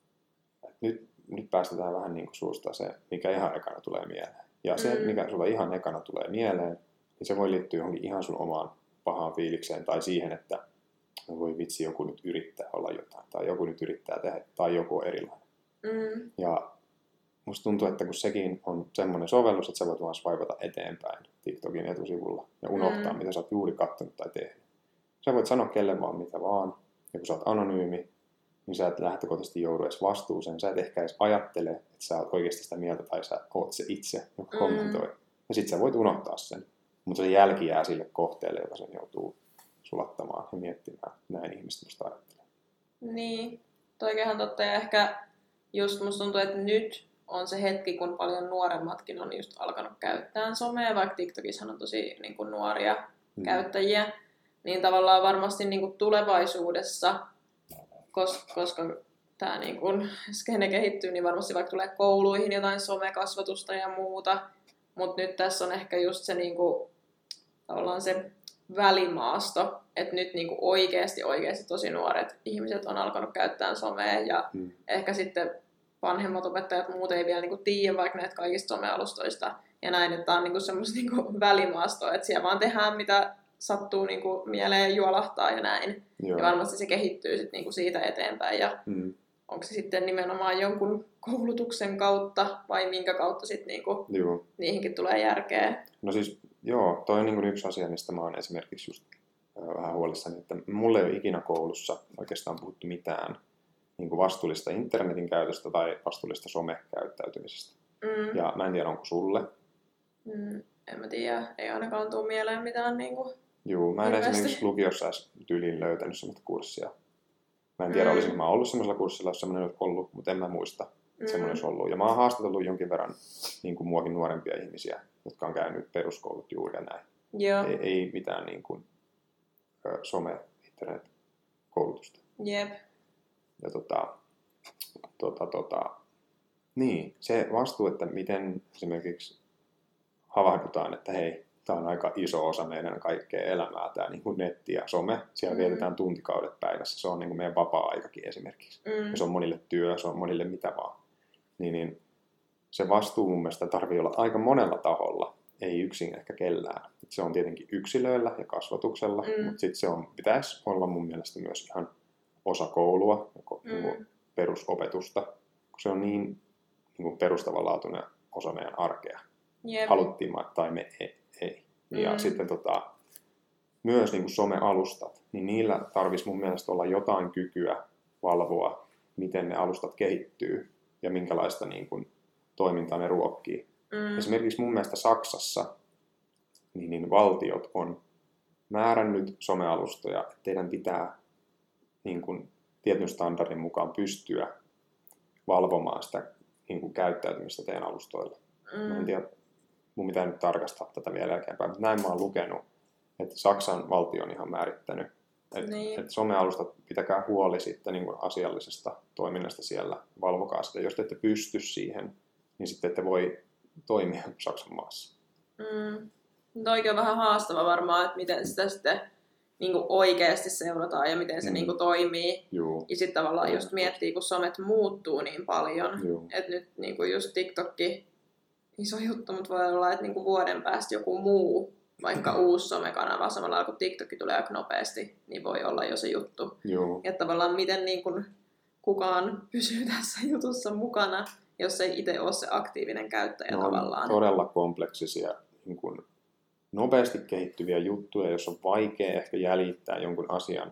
nyt päästetään vähän niin kuin suusta se, mikä ihan ekana tulee mieleen. Ja se, mikä sulla ihan ekana tulee mieleen, niin se voi liittyä johonkin ihan sun omaan pahaan fiilikseen tai siihen, että no voi vitsi, joku nyt yrittää olla jotain tai joku nyt yrittää tehdä tai joku on erilainen. Ja musta tuntuu, että kun sekin on semmoinen sovellus, että sä voit vaan swipata eteenpäin TikTokin etusivulla ja unohtaa, mitä sä oot juuri katsonut tai tehnyt. Sä voit sanoa kelle vaan mitä vaan, ja kun sä oot anonyymi, niin sä et lähtökohtaisesti joudu edes vastuuseen. Sä et ehkä edes ajattele, että sä oot oikeasti sitä mieltä tai sä oot se itse, joka kommentoi. Ja sit sä voit unohtaa sen, mutta se jälki jää sille kohteelle, joka sen joutuu sulattamaan ja miettimään. Näin ihmiset musta ajattelee. Niin, toikinhan totta. Ja ehkä just musta tuntuu, että nyt on se hetki, kun paljon nuoremmatkin on just alkanut käyttää somea, vaikka TikTokissa on tosi niin kuin nuoria käyttäjiä. Niin tavallaan varmasti niin kuin tulevaisuudessa, koska tämä niin kuin skene kehittyy, niin varmasti vaikka tulee kouluihin jotain somekasvatusta ja muuta. Mutta nyt tässä on ehkä just se, niin kuin, tavallaan se välimaasto, että nyt niin kuin oikeasti tosi nuoret ihmiset on alkanut käyttää somea ja ehkä sitten vanhemmat opettajat muut ei vielä niin kuin tiedä vaikka näitä kaikista somealustoista ja näin, että tämä on niin kuin semmoista niin kuin välimaastoa, että siellä vaan tehdään mitä sattuu niin kuin mieleen juolahtaa ja näin. Joo. Ja varmasti se kehittyy sit niin kuin siitä eteenpäin. Ja onko se sitten nimenomaan jonkun koulutuksen kautta vai minkä kautta sitten niin kuin niihinkin tulee järkeä? No siis joo, toi on niin kuin yksi asia, mistä mä oon esimerkiksi just vähän huolissani, että mulle ei ole ikinä koulussa oikeastaan puhuttu mitään niin kuin vastuullista internetin käytöstä tai vastuullista somekäyttäytymisestä. Ja mä en tiedä, onko sulle. En mä tiedä, ei ainakaan tule mieleen mitään niinku. Joo, mä en esimerkiksi lukiossa edes tyyliin löytänyt semmoista kurssia. Mä en tiedä, olisinko mä ollut semmoisella kurssilla, jos semmoinen olisi ollut, mutta en mä muista, että semmoinen olisi ollut. Ja mä oon haastatellut jonkin verran niin kuin muakin nuorempia ihmisiä, jotka on käynyt peruskoulut juuri ja näin. Joo. Ei mitään niin kuin, some-internet-koulutusta. Jep. Ja niin, se vastuu, että miten esimerkiksi havahdutaan, että hei, tämä on aika iso osa meidän kaikkea elämää, tämä niin kuin netti ja some. Siellä vietetään tuntikaudet päivässä. Se on niin kuin meidän vapaa-aikakin esimerkiksi. Ja se on monille työ, se on monille mitä vaan. Niin se vastuu mun mielestä tarvii olla aika monella taholla, ei yksin ehkä kellään. Se on tietenkin yksilöillä ja kasvatuksella, mutta sitten pitäisi olla mun mielestä myös ihan osa koulua, niin perusopetusta, kun se on niin kuin perustavanlaatuinen osa meidän arkea. Yep. Haluttiin tai me ei. Ja sitten myös niin kuin some-alustat, niin niillä tarvitsisi mun mielestä olla jotain kykyä valvoa, miten ne alustat kehittyy ja minkälaista niin kuin toimintaa ne ruokkii. Esimerkiksi mun mielestä Saksassa niin valtiot on määrännyt some-alustoja, että teidän pitää niin kuin tietyn standardin mukaan pystyä valvomaan sitä niin kuin käyttäytymistä teidän alustoilla. Mä en tiedä, mun pitää nyt tarkastaa tätä vielä jälkeenpäin, mutta näin mä oon lukenut, että Saksan valtio on ihan määrittänyt, että somealustat pitäkää huoli sitten niin kuin asiallisesta toiminnasta siellä, valvokaa sitä. Jos te ette pysty siihen, niin sitten ette voi toimia Saksan maassa. Toikin on vähän haastava varmaan, että miten sitä sitten niin kuin oikeasti seurataan ja miten se niin kuin toimii. Juu. Ja sitten tavallaan just miettii, kun somet muuttuu niin paljon, että nyt niin kuin just TikTokki, iso juttu, mutta voi olla, että niin kuin vuoden päästä joku muu, vaikka uusi somekanava, samalla lailla kun TikTokki tulee aika nopeasti, niin voi olla jo se juttu. Juu. Ja tavallaan miten niin kuin kukaan pysyy tässä jutussa mukana, jos ei itse ole se aktiivinen käyttäjä tavallaan. Todella kompleksisia, niin kuin nopeasti kehittyviä juttuja, jos on vaikea ehkä jäljittää jonkun asian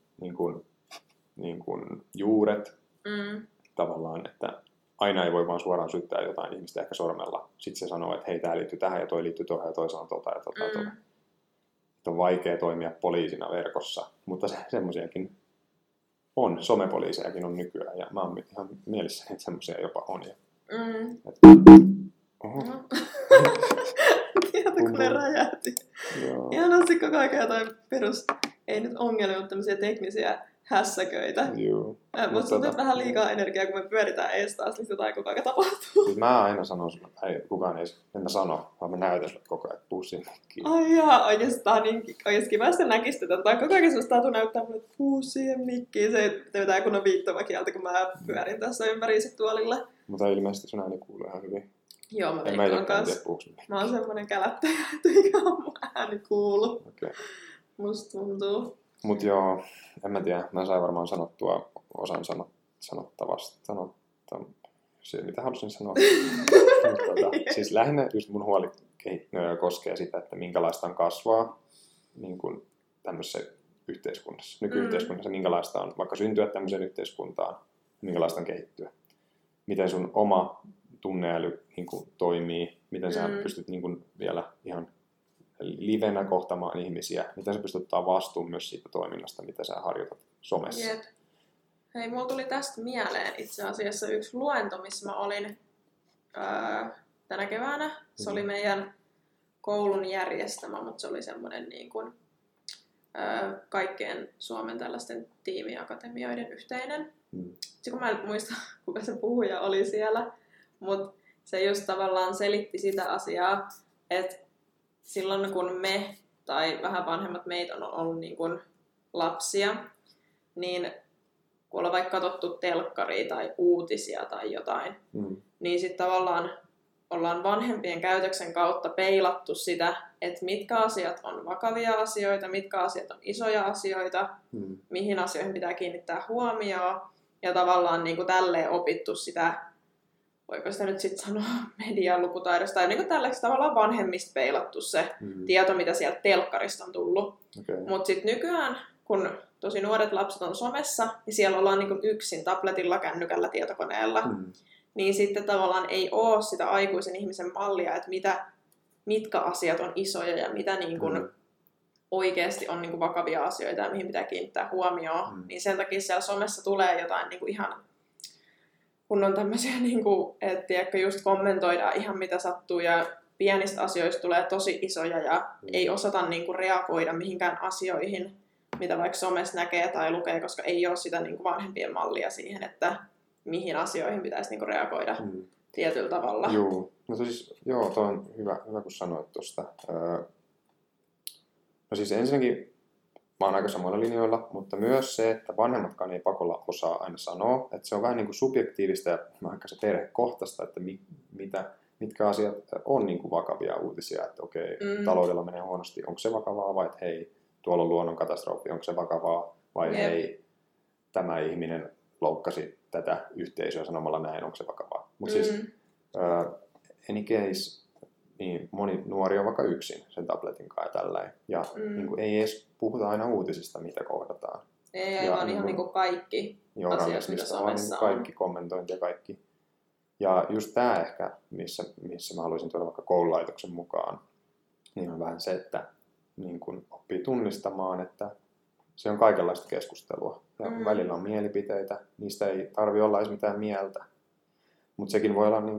niin kuin juuret tavallaan, että aina ei voi vaan suoraan syttää jotain ihmistä ehkä sormella. Sitten se sanoo, että hei, tämä liittyy tähän ja toi liittyy tuohon ja toi sanoo tota ja tota. Että on vaikea toimia poliisina verkossa, mutta semmoisiakin on, somepoliisejakin on nykyään ja mä oon ihan mielissäni, että semmoisia jopa on. Tietokone räjähti. Ihan on koko ajan jotain perus, ei nyt ongelmia, mutta tämmöisiä teknisiä hässäköitä. Mutta on vähän liikaa energiaa, kun me pyöritään ees taas, niin jotain koko ajan tapahtuu. Siis mä aina sanon sulle, että kukaan ei, en mä sano, vaan mä näytän sulle koko ajan, että pussin mikkiin. Ai jaa, oikeastaan niin kiva, että näkistä tätä. Koko ajan sellaista taatu näyttää mulle, että pussien mikkiin. Se vetää kunnon viittomakieltä, kun mä pyörin tässä ympäriinsä tuolilla. Mutta ilmeisesti sun ääni kuuluu ihan hyvin. Joo, mä veikkaan kanssa. Mä oon semmonen kälättäjä, että eikä ole mun ääni kuulu. Okay. Musta tuntuu. Mut joo, en mä tiedä. Mä sain varmaan sanottua osan sanottavasta. Mitä halusin sanoa? Siis lähinnä just mun huoli koskee sitä, että minkälaista on kasvaa niin kuin tämmöisessä yhteiskunnassa, nykyyhteiskunnassa, minkälaista on vaikka syntyä tämmöiseen yhteiskuntaan, minkälaista on kehittyä. Miten sun oma tunneäly niin kuin toimii, miten sä pystyt niin kuin vielä ihan livenä kohtamaan ihmisiä, miten sä pystyt ottaa vastuun myös siitä toiminnasta, mitä sä harjoitat somessa. Jep. Hei, mulla tuli tästä mieleen itse asiassa yksi luento, missä mä olin tänä keväänä. Se oli meidän koulun järjestämä, mutta se oli semmoinen niin kuin, kaikkien Suomen tällaisten tiimiakatemioiden yhteinen. Sitten kun mä en muista, kuka se puhuja oli siellä, mutta se just tavallaan selitti sitä asiaa, että silloin kun me tai vähän vanhemmat meitä on ollut niin kuin lapsia, niin kun ollaan vaikka katsottu telkkaria tai uutisia tai jotain, niin sitten tavallaan ollaan vanhempien käytöksen kautta peilattu sitä, että mitkä asiat on vakavia asioita, mitkä asiat on isoja asioita, mihin asioihin pitää kiinnittää huomioon. Ja tavallaan niin kuin tälleen opittu sitä, voiko sitä nyt sitten sanoa median lukutaidosta, tai niin kuin tälleksi tavallaan vanhemmista peilattu se tieto, mitä sieltä telkkarista on tullut. Okay. Mutta sitten nykyään, kun tosi nuoret lapset on somessa, ja siellä ollaan niin kuin yksin tabletilla, kännykällä, tietokoneella, niin sitten tavallaan ei ole sitä aikuisen ihmisen mallia, että mitkä asiat on isoja ja mitä niin kuin oikeasti on niin kuin vakavia asioita ja mihin pitää kiinnittää huomioon. Niin sen takia siellä somessa tulee jotain niin kuin ihan, kun on tämmöisiä, niin kuin, että tiedätkö, just kommentoidaan ihan mitä sattuu ja pienistä asioista tulee tosi isoja ja ei osata niin kuin reagoida mihinkään asioihin, mitä vaikka somessa näkee tai lukee, koska ei ole sitä niin kuin vanhempien mallia siihen, että mihin asioihin pitäisi niinku reagoida tietyllä tavalla. Joo, no siis, toi on hyvä kun sanoit tuosta. No siis ensinnäkin mä oon aika samoilla linjoilla, mutta myös se, että vanhemmatkaan ei pakolla osaa aina sanoa, että se on vähän niin kuin subjektiivista ja vaikka se perhekohtaista, että mitkä asiat on niin kuin vakavia uutisia, että okei, taloudella menee huonosti, onko se vakavaa vai että hei, tuolla on luonnonkatastrofi, onko se vakavaa vai hei, tämä ihminen loukkasi tätä yhteisöä sanomalla näin, onko se vakavaa. Mutta siis any case, niin moni nuori on vaikka yksin sen tabletin kanssa ja tälläin. Ja niin kuin, ei edes puhuta aina uutisista, mitä kohdataan. Ei, vaan ihan niin kuin kaikki asiat, mitä somessa on. Kaikki kommentointi ja kaikki. Ja just tämä ehkä, missä mä haluaisin tuoda vaikka koululaitoksen mukaan, niin on vähän se, että niin kun oppii tunnistamaan, että se on kaikenlaista keskustelua. Ja välillä on mielipiteitä, niistä ei tarvitse olla edes mitään mieltä. Mutta sekin voi olla niin kun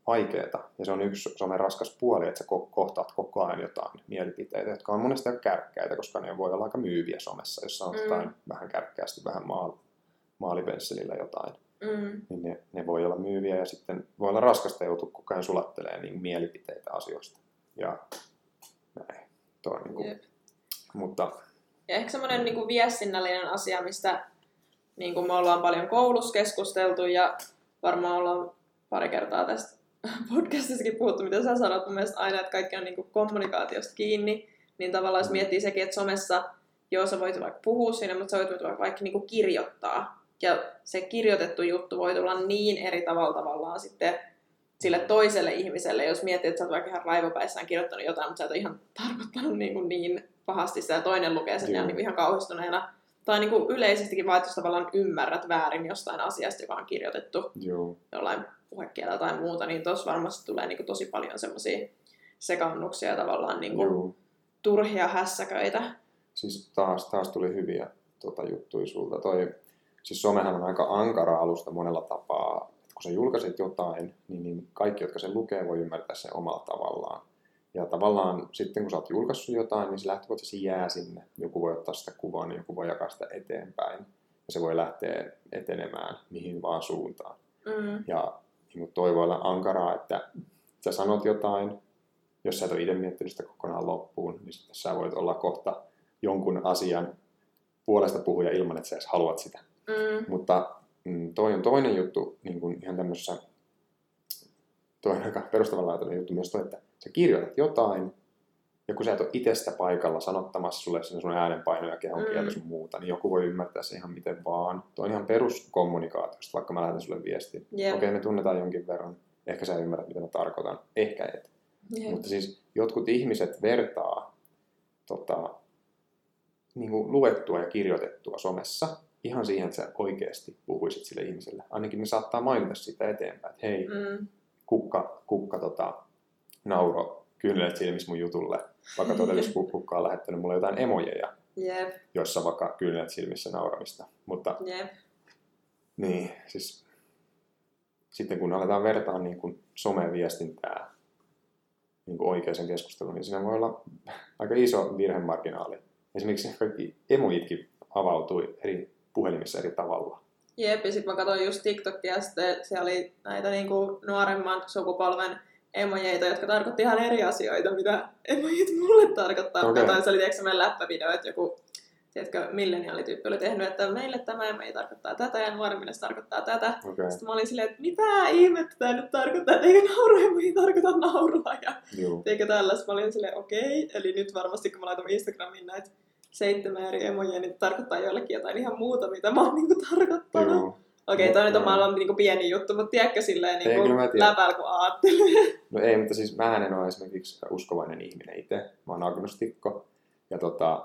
vaikeeta. Ja se on yksi somen raskas puoli, että sä kohtaat koko ajan jotain mielipiteitä, jotka on monesti aika kärkkäitä, koska ne voi olla aika myyviä somessa, jos sanot jotain vähän kärkkäästi, vähän maalipensselillä jotain. Niin ne voi olla myyviä ja sitten voi olla raskasta joutua koko ajan sulattelemaan niin mielipiteitä asioista. Ja näin. Toi on mutta... Ja ehkä semmoinen niin kuin viestinnällinen asia, mistä niin kuin me ollaan paljon koulussa keskusteltu ja varmaan ollaan pari kertaa tästä podcastissakin puhuttu, mitä sä sanot mun mielestä aina, että kaikki on niin kuin kommunikaatiosta kiinni, niin tavallaan jos miettii sekin, että somessa, joo sä voit vaikka puhua siinä, mutta sä voit vaikka niin kuin kirjoittaa. Ja se kirjoitettu juttu voi tulla niin eri tavalla tavallaan sitten sille toiselle ihmiselle, jos miettii, että sä oot vaikka ihan raivopäissään kirjoittanut jotain, mutta sä et ole ihan tarkoittanut niin pahasti sitä ja toinen lukee sen ja niin ihan kauhistuneena. Tai niin kuin yleisestikin vaan, jos tavallaan ymmärrät väärin jostain asiasta, joka on kirjoitettu jollain puhekielellä tai muuta, niin tuossa varmasti tulee niin kuin tosi paljon semmoisia sekannuksia ja tavallaan niin kuin turhia hässäköitä. Siis taas tuli hyviä juttuja sulta. Siis somehan on aika ankara alusta monella tapaa. Että kun sä julkaiset jotain, niin kaikki, jotka sen lukee, voi ymmärtää sen omalla tavallaan. Ja tavallaan sitten kun sä oot julkaissut jotain, niin se lähtökohtaisesti jää sinne. Joku voi ottaa sitä kuvaa, niin joku voi jakaa sitä eteenpäin. Ja se voi lähteä etenemään mihin vaan suuntaan. Ja niin toi voi olla ankaraa, että sä sanot jotain, jos sä et ole itse miettinyt sitä kokonaan loppuun, niin sitten sä voit olla kohta jonkun asian puolesta puhuja ilman, että sä edes haluat sitä. Mutta toi on toinen juttu, niin kuin ihan tämmöisessä, toi on aika perustavanlaatuinen juttu myös toi, että sä kirjoitat jotain, ja kun sä et ole itsestä paikalla sanottamassa sulle sen sun äänenpaino ja kehon kieltä sun muuta, niin joku voi ymmärtää se ihan miten vaan. Toi on ihan peruskommunikaatiosta, vaikka mä lähetän sulle viestin. Okei, me tunnetaan jonkin verran. Ehkä sä ymmärrät, mitä mä tarkoitan. Ehkä et. Mutta siis jotkut ihmiset vertaa niin kuin luettua ja kirjoitettua somessa ihan siihen, että sä oikeasti puhuisit sille ihmiselle. Ainakin ne saattaa mainita sitä eteenpäin, että hei, kukka nauro kyynelet silmissä mun jutulle, vaikka todellisuus kukka on lähettänyt mulle jotain emojeja, joissa vaikka kyynelet silmissä nauramista. Mutta niin, siis sitten kun aletaan vertaa niin kuin someviestintää niin kuin oikeaan keskusteluun, niin siinä voi olla aika iso virhemarginaali. Esimerkiksi kaikki emojitkin avautui eri puhelimissa eri tavalla. Jep, ja sitten mä katsoin just TikTokia, ja sitten siellä oli näitä niinku nuoremman sukupolven emojeita, jotka tarkoitti ihan eri asioita, mitä emojit mulle tarkoittaa. Okay. Katsoin, se oli tiedätkö semmoinen läppävideo, että joku milleniaalityyppi oli tehnyt, että meille tämä emoji tarkoittaa tätä ja nuoremmille se tarkoittaa tätä. Okay. Sitten mä olin silleen, että mitä ihmettä tämä nyt tarkoittaa, että eikö nauruemoji tarkoita naurua ja eikö tällaista. Mä olin silleen, okei, eli nyt varmasti kun mä laitan Instagramiin näitä 7 eri emoja, niin tarkoittaa joillekin jotain ihan muuta, mitä mä oon niinku tarkoittanut. Okei, toi nyt on maailman niinku pieni juttu, mutta tiedätkö silleen niinku läpällä kun aattelee. No ei, mutta siis mähän en ole esimerkiksi uskovainen ihminen itse. Mä oon agnostikko. Ja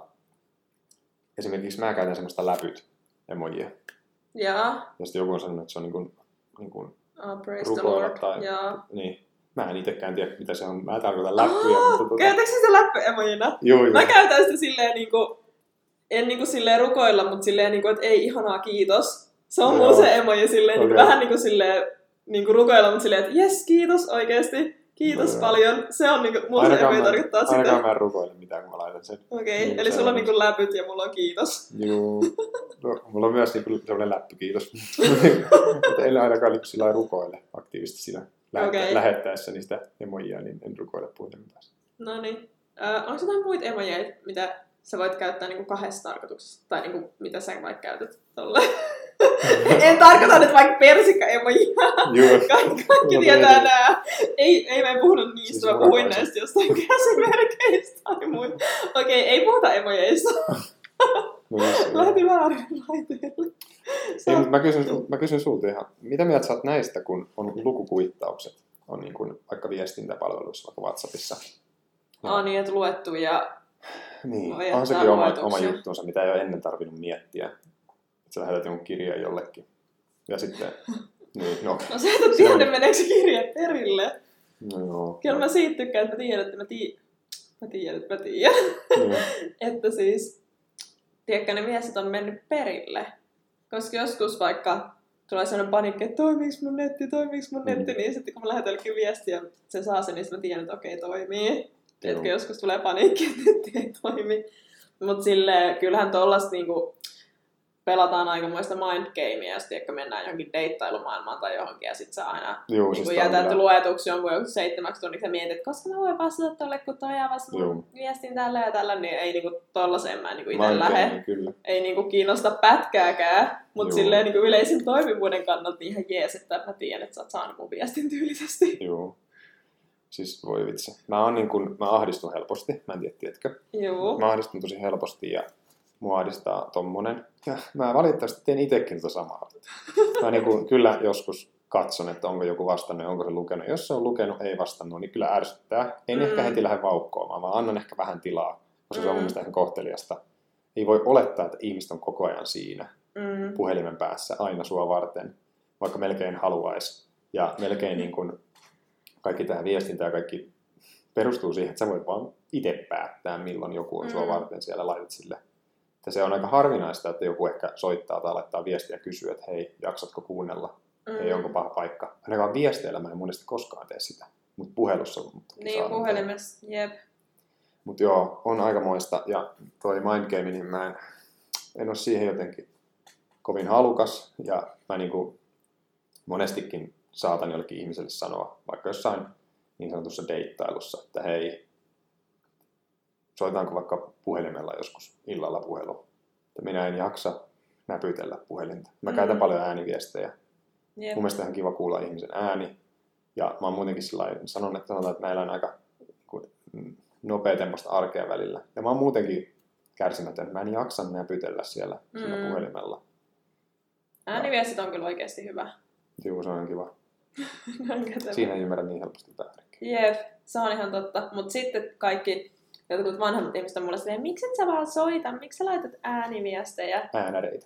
esimerkiksi mä käytän semmoista läpyt-emojia. Ja sitten joku on sanonut, että se on niin kuin rukoilla tai... Niin. Mä en itsekään tiedä, mitä se on. Mä tarkoitan läppyjä. Käytätkö sitä läppy-emojina? Joo. Mä käytän sitä silleen niinku... En niinku silleen rukoilla, mutta silleen niinku, että ei ihanaa kiitos. Se on mun se emoji silleen niinku vähän niinku silleen niinku rukoilla, mutta silleen, että jes kiitos oikeesti. Kiitos paljon. Se on niinku, mun se emoji tarkoittaa sitä. Ainakaan mä en rukoile mitään, kun mä laitan sen. Okei, niin, eli sulla on niinku läpyt ja mulla on kiitos. Joo. No, mulla on myös niinku sellainen läppy, kiitos. Mutta en ainakaan niinku sillä rukoile aktiivisesti siinä lähettäessä niistä emojia, niin en rukoile puhelimen päässä. No niin. Onko jotain muita emojeja, mitä sä voit käyttää niinku 2 tarkoituksessa? Tai niinku, mitä sä vaikka käytät tolleen? En tarkoita nyt vaikka persikka-emojia. Kaikki tietää nää. Ei mä en puhunut niistä, siis mä puhuin näistä jostain käsimerkeistä tai muista. Okei, ei puhuta emojeista. Lähti väärin laiteille. Mä kysyn sulta ihan, mitä mieltä sä oot näistä, kun on lukukuittaukset? On niin kuin vaikka viestintäpalveluissa, vaikka WhatsAppissa. Niin, että luettu ja... Niin, on sekin oma juttunsa, mitä ei ole ennen tarvinnut miettiä. Että sä lähetät jonkun kirjeen jollekin. Ja sitten... Niin, no sä et ole tiennyt, meneekö se kirje perille. No joo. Kyllä mä siitä tykkään, että mä tiedän, että mä tiedän. Että siis... Tiedätkö, ne viestit on mennyt perille. Koska joskus vaikka tulee sellainen panikki, että toimiiks mun netti, niin sitten kun mä lähetän jollekin viestiä, se saa sen, niin sitten mä tiedän, että okei, toimii. Etkö joskus tulee paniikki, että netti ei toimi. Mut silleen, kyllähän tollaista niinku pelataan aikamoista mindgamea, ja sitten mennään johonkin deittailumaailmaan tai johonkin, ja sit sä aina niin jätät luetuksi jonkun 7 tunniksi ja mietit, että koska mä voin vastata tolle, kun toi avasi mun viestin tällä ja tällä, niin ei niinku tollaseen mä niinku ite lähde. Ei niinku kiinnosta pätkääkään, mutta silleen niinku yleisen toimivuuden kannalta niin ihan jees, että mä tiedän, että sä oot saanut mun viestin tyylisesti. Joo. Siis voi vitsi. Mä ahdistun helposti, mä en tiedä, tiedätkö? Joo. Mä ahdistun tosi helposti ja mua ahdistaa tommonen. Ja mä valitettavasti teen itekin tota samaa. Mä kyllä joskus katson, että onko joku vastannut ja onko se lukenut. Jos se on lukenut, ei vastannut, niin kyllä ärsyttää. En ehkä heti lähde vaukkoamaan, vaan annan ehkä vähän tilaa, koska se on mun mielestä ihan kohteliasta. Ei voi olettaa, että ihmiset on koko ajan siinä puhelimen päässä aina sua varten, vaikka melkein haluaisi. Ja melkein niin kuin kaikki tähän viestintä ja kaikki perustuu siihen, että sä voit vaan itse päättää, milloin joku on sua varten siellä, laitat sille. Ja se on aika harvinaista, että joku ehkä soittaa tai laittaa viestiä ja kysyy, että hei, jaksatko kuunnella? Ei, onko paha paikka? Ainakaan viesteillä mä en monesti koskaan tee sitä, mutta puhelussa. Niin, puhelimessa, jep. Mutta joo, on aikamoista. Ja toi mindgame, niin mä en ole siihen jotenkin kovin halukas. Ja mä niinku monestikin saatan jollekin ihmiselle sanoa, vaikka jossain niin sanotussa deittailussa, että hei, soitaanko vaikka puhelimella joskus illalla puhelu. Että minä en jaksa näpytellä puhelinta. Mä käytän paljon ääniviestejä. Yep. Mun mielestä on kiva kuulla ihmisen ääni. Ja mä oon muutenkin sanotaan, että mä elän aika nopeatempoista arkea välillä. Ja mä oon muutenkin kärsimätön. Mä en jaksa näpytellä siellä puhelimella. Ääniviestit on kyllä oikeasti hyvä. Joo, se on kiva. Siinä ei ymmärrä niin helposti väärin. Jep, se on ihan totta. Mutta sitten kaikki jotkut vanhemmat ihmiset on mulle silleen, miksi et sä vaan soita, miksi sä laitat ääniviestejä? Äänäreitä.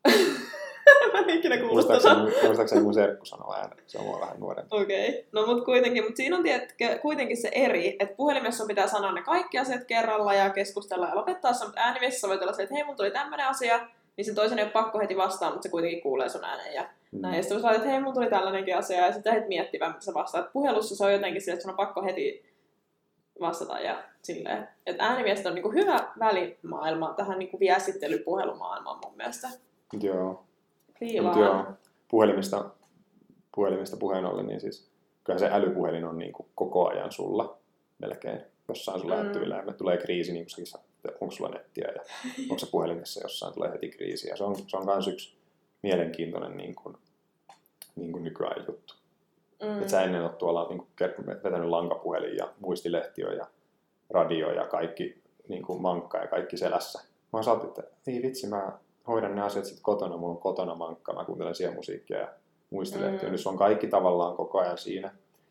Mä en ikinä kuullut Muistaakseni mun serkku sanoo äänä, se on mua vähän nuorempi. Okei, no mut kuitenkin, mutta siinä on kuitenkin se eri, että puhelimessa pitää sanoa ne kaikki asiat kerralla ja keskustella ja lopettaa se, mutta ääniviestissä voit olla se, että hei, mun tuli tämmönen asia, niin se toisen ei ole pakko heti vastaa, mutta se kuitenkin kuulee sun äänen ja näin. Ja sitten sä laitat, että hei, mun tuli tällainenkin asia ja sitten heti miettivän, mitä sä vastaat. Puhelussa se on jotenkin sille, että sun on pakko heti vastata ja silleen. Että ääniviesti on niinku hyvä välimaailma tähän niinku viestittelypuhelumaailmaan mun mielestä. Joo. Joo. Puhelimista puheen ollen, niin siis kyllä se älypuhelin on niinku koko ajan sulla melkein. Jossain sulla lähettyvillä ja tulee kriisi, niin kuin säkin sanoit, että onko sulla nettiä ja onko se puhelimessa jossain, tulee heti kriisi. Ja se on myös yksi mielenkiintoinen niin kuin nykyajan juttu. Että sä ennen oot tuolla niin kuin vetänyt lankapuhelin ja muistilehtiö ja radio ja kaikki niin kuin mankka ja kaikki selässä. Mä saatin, että ei vitsi, mä hoidan ne asiat sitten kotona, mulla on kotona mankka, mä kuuntelen siellä musiikkia ja muistilehtiö. Nyt se on kaikki tavallaan koko ajan siinä.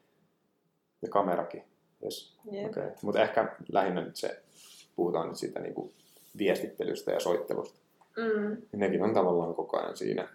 Ja kamerakin. Yes. Yep. Okay. Mutta ehkä lähinnä nyt puhutaan nyt siitä niinku viestittelystä ja soittelusta. Nekin on tavallaan koko ajan siinä.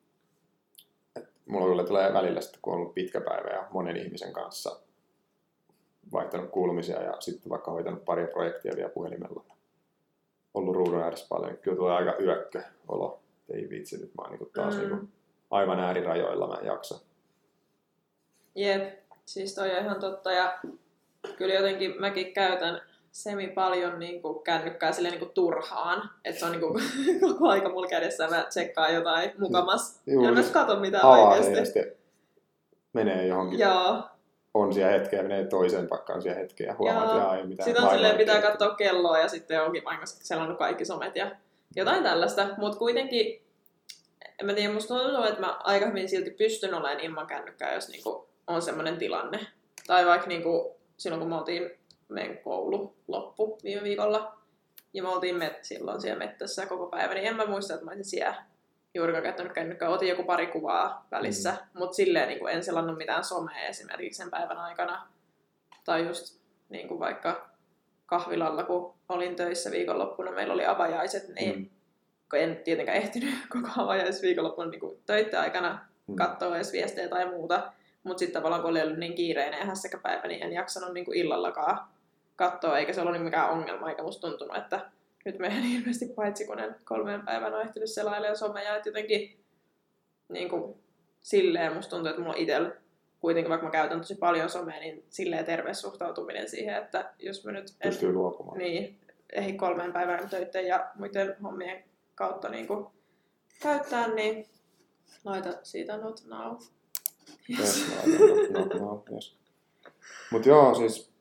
Mulla kyllä tulee välillä sitten, kun on ollut pitkä päivä ja monen ihmisen kanssa vaihtanut kuulumisia ja sitten vaikka hoitanut pari projektia vielä puhelimella. Ollut ruudun ääressä paljon. Kyllä tulee aika yökkö olo. Ei vitsi, nyt mä oon niinku taas niinku aivan äärirajoilla, mä en jaksa. Jep, siis toi on ihan totta ja kyllä jotenkin mäkin käytän paljon niinku kännykkää silleen niinku turhaan. Että se on niinku koko aika mulla kädessä ja mä tsekkaan jotain mukamas. Ja mä katon mitään oikeesti. Menee johonkin. Joo. On siellä hetkeä, menee toiseen pakkaan siellä hetkeä ja huomaat, että ei mitään. Sitten on silleen, pitää katsoa kelloa ja sitten onkin vaikka selannut kaikki somet ja jotain tällaista. Mutta kuitenkin, en mä tiedä, musta tuntuu, että mä aika hyvin silti pystyn olemaan ilman kännykkää, jos niinku on semmoinen tilanne. Tai vaikka niinku silloin, kun me oltiin meidän koulu loppu viime viikolla ja me oltiin silloin siellä mettässä koko päivä, niin en mä muista, että mä olisin siellä juurikaan käyttänyt kännykkää. Otin joku pari kuvaa välissä, mutta silleen niin en selannut mitään somea esimerkiksi sen päivän aikana. Tai just niin kuin vaikka kahvilalla, kun olin töissä viikonloppuna, meillä oli avajaiset, niin en tietenkään ehtinyt koko avajaisviikonloppuna niin töiden aikana katsoa edes viestejä tai muuta. Mutta sitten tavallaan, kun oli ollut niin kiireinen ja hässäkä päivä, niin en jaksanut niin illallakaan katsoa, eikä se ollut mikään ongelma, eikä musta tuntunut, että nyt me en ilmeisesti paitsi kun en 3 päivän on ehtinyt selailemaan someja, että jotenkin niin kuin, silleen musta tuntuu, että mulla itsellä kuitenkin, vaikka mä käytän tosi paljon somea, niin silleen terve suhtautuminen siihen, että jos mä nyt pystyy luopumaan. Niin, ei 3 päivän töiden ja muiden hommien kautta niin käyttää, niin laita siitä not now. Yes. Not now, yes. Mut joo, siis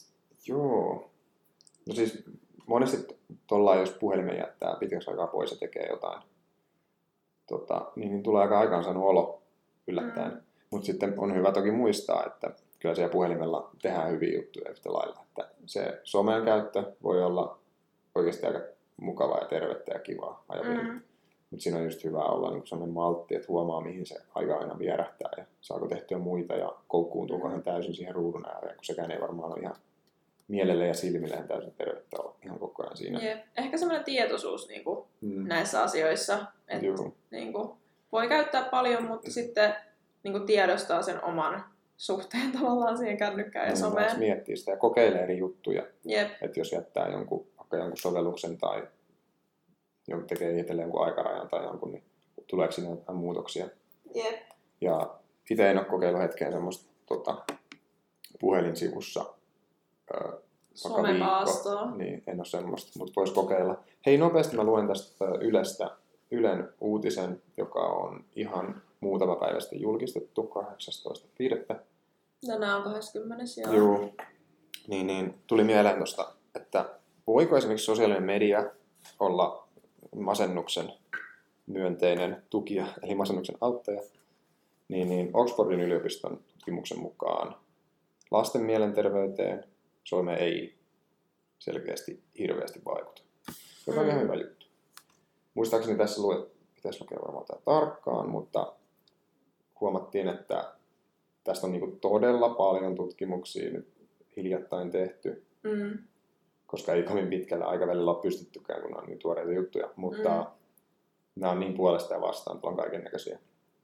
no siis monesti tuolla jos puhelimen jättää pitkäksi aikaa pois ja tekee jotain, niin tulee aika aikaansaanut olo yllättäen. Mutta sitten on hyvä toki muistaa, että kyllä siellä puhelimella tehdään hyviä juttuja yhtä lailla. Että se somen käyttö voi olla oikeasti aika mukavaa ja tervettä ja kivaa ajatella. Mutta siinä on just hyvä olla niin sellainen maltti, että huomaa mihin se aika aina vierähtää ja saako tehtyä muita ja koukkuuntuuko hän täysin siihen ruudun ääreen, kun sekään ei varmaan ole ihan mielelle ja silmilleen täysin tervettä olla ihan koko ajan siinä. Jep. Ehkä semmoinen tietoisuus näissä asioissa, että voi käyttää paljon, mutta sitten tiedostaa sen oman suhteen tavallaan siihen kännykkään ja someen. Miettii sitä ja kokeilee eri juttuja. Jep. Että jos jättää vaikka jonkun sovelluksen tai tekee itselleen jonkun aikarajan tai jonkun, niin tuleeko siinä jotain muutoksia. Jep. Ja itse en ole kokeillut hetkeen semmoista puhelinsivussa somepaastoa. Niin, en ole semmoista, mutta voisi kokeilla. Hei, nopeasti mä luen tästä Ylen uutisen, joka on ihan muutama päivä sitten julkistettu, 18.5. Tänään on 20. Joo. Niin, tuli mieleen tuosta, että voiko esimerkiksi sosiaalinen media olla masennuksen myönteinen tukija, eli masennuksen auttaja, niin Oxfordin yliopiston tutkimuksen mukaan lasten mielenterveyteen some ei selkeästi hirveästi vaikuta. Joka on ihan hyvä juttu. Muistaakseni tässä pitäisi lukea varmaan tarkkaan, mutta huomattiin, että tästä on niinku todella paljon tutkimuksia nyt hiljattain tehty, koska ei kovin pitkällä aikavälillä ole pystyttykään, kun on niin tuoreita juttuja, mutta nämä on niin puolesta ja vastaan, tuolla on kaiken näköisiä.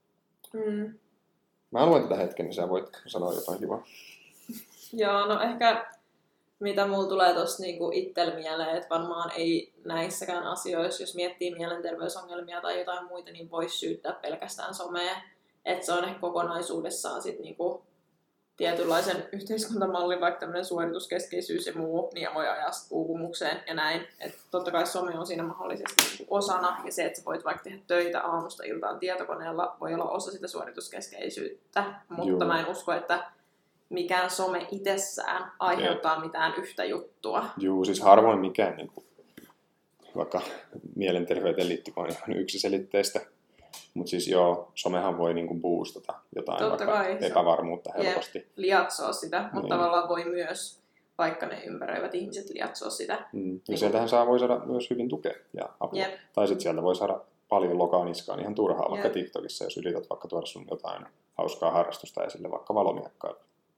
Mä luen tätä hetken, niin sä voit sanoa jotain kivaa. Joo, no ehkä mitä mulla tulee tossa niinku itsellä mieleen, että varmaan ei näissäkään asioissa, jos miettii mielenterveysongelmia tai jotain muita, niin voisi syyttää pelkästään somea. Että se on ehkä kokonaisuudessaan sit niinku tietynlaisen yhteiskuntamallin, vaikka tämmöinen suorituskeskeisyys ja muu, niin voi ajaa uupumukseen ja näin. Että totta kai some on siinä mahdollisesti niinku osana, ja se, että sä voit vaikka tehdä töitä aamusta iltaan tietokoneella, voi olla osa sitä suorituskeskeisyyttä, mutta mä en usko, että mikään some itsessään aiheuttaa mitään yhtä juttua. Joo, siis harvoin mikään, niin kuin, vaikka mielenterveyteen liittyvä on ihan yksiselitteistä. Mutta siis somehan voi niin kuin boostata jotain totta vaikka kai, epävarmuutta helposti. Liatsoa sitä, mutta tavallaan voi myös, vaikka ne ympäröivät ihmiset liatsoa sitä. Ja sieltähän voi saada myös hyvin tukea ja apua. Tai sitten sieltä voi saada paljon lokaa niskaan ihan turhaa, vaikka TikTokissa, jos yrität vaikka tuoda sun jotain hauskaa harrastusta esille, vaikka valomiekkailla.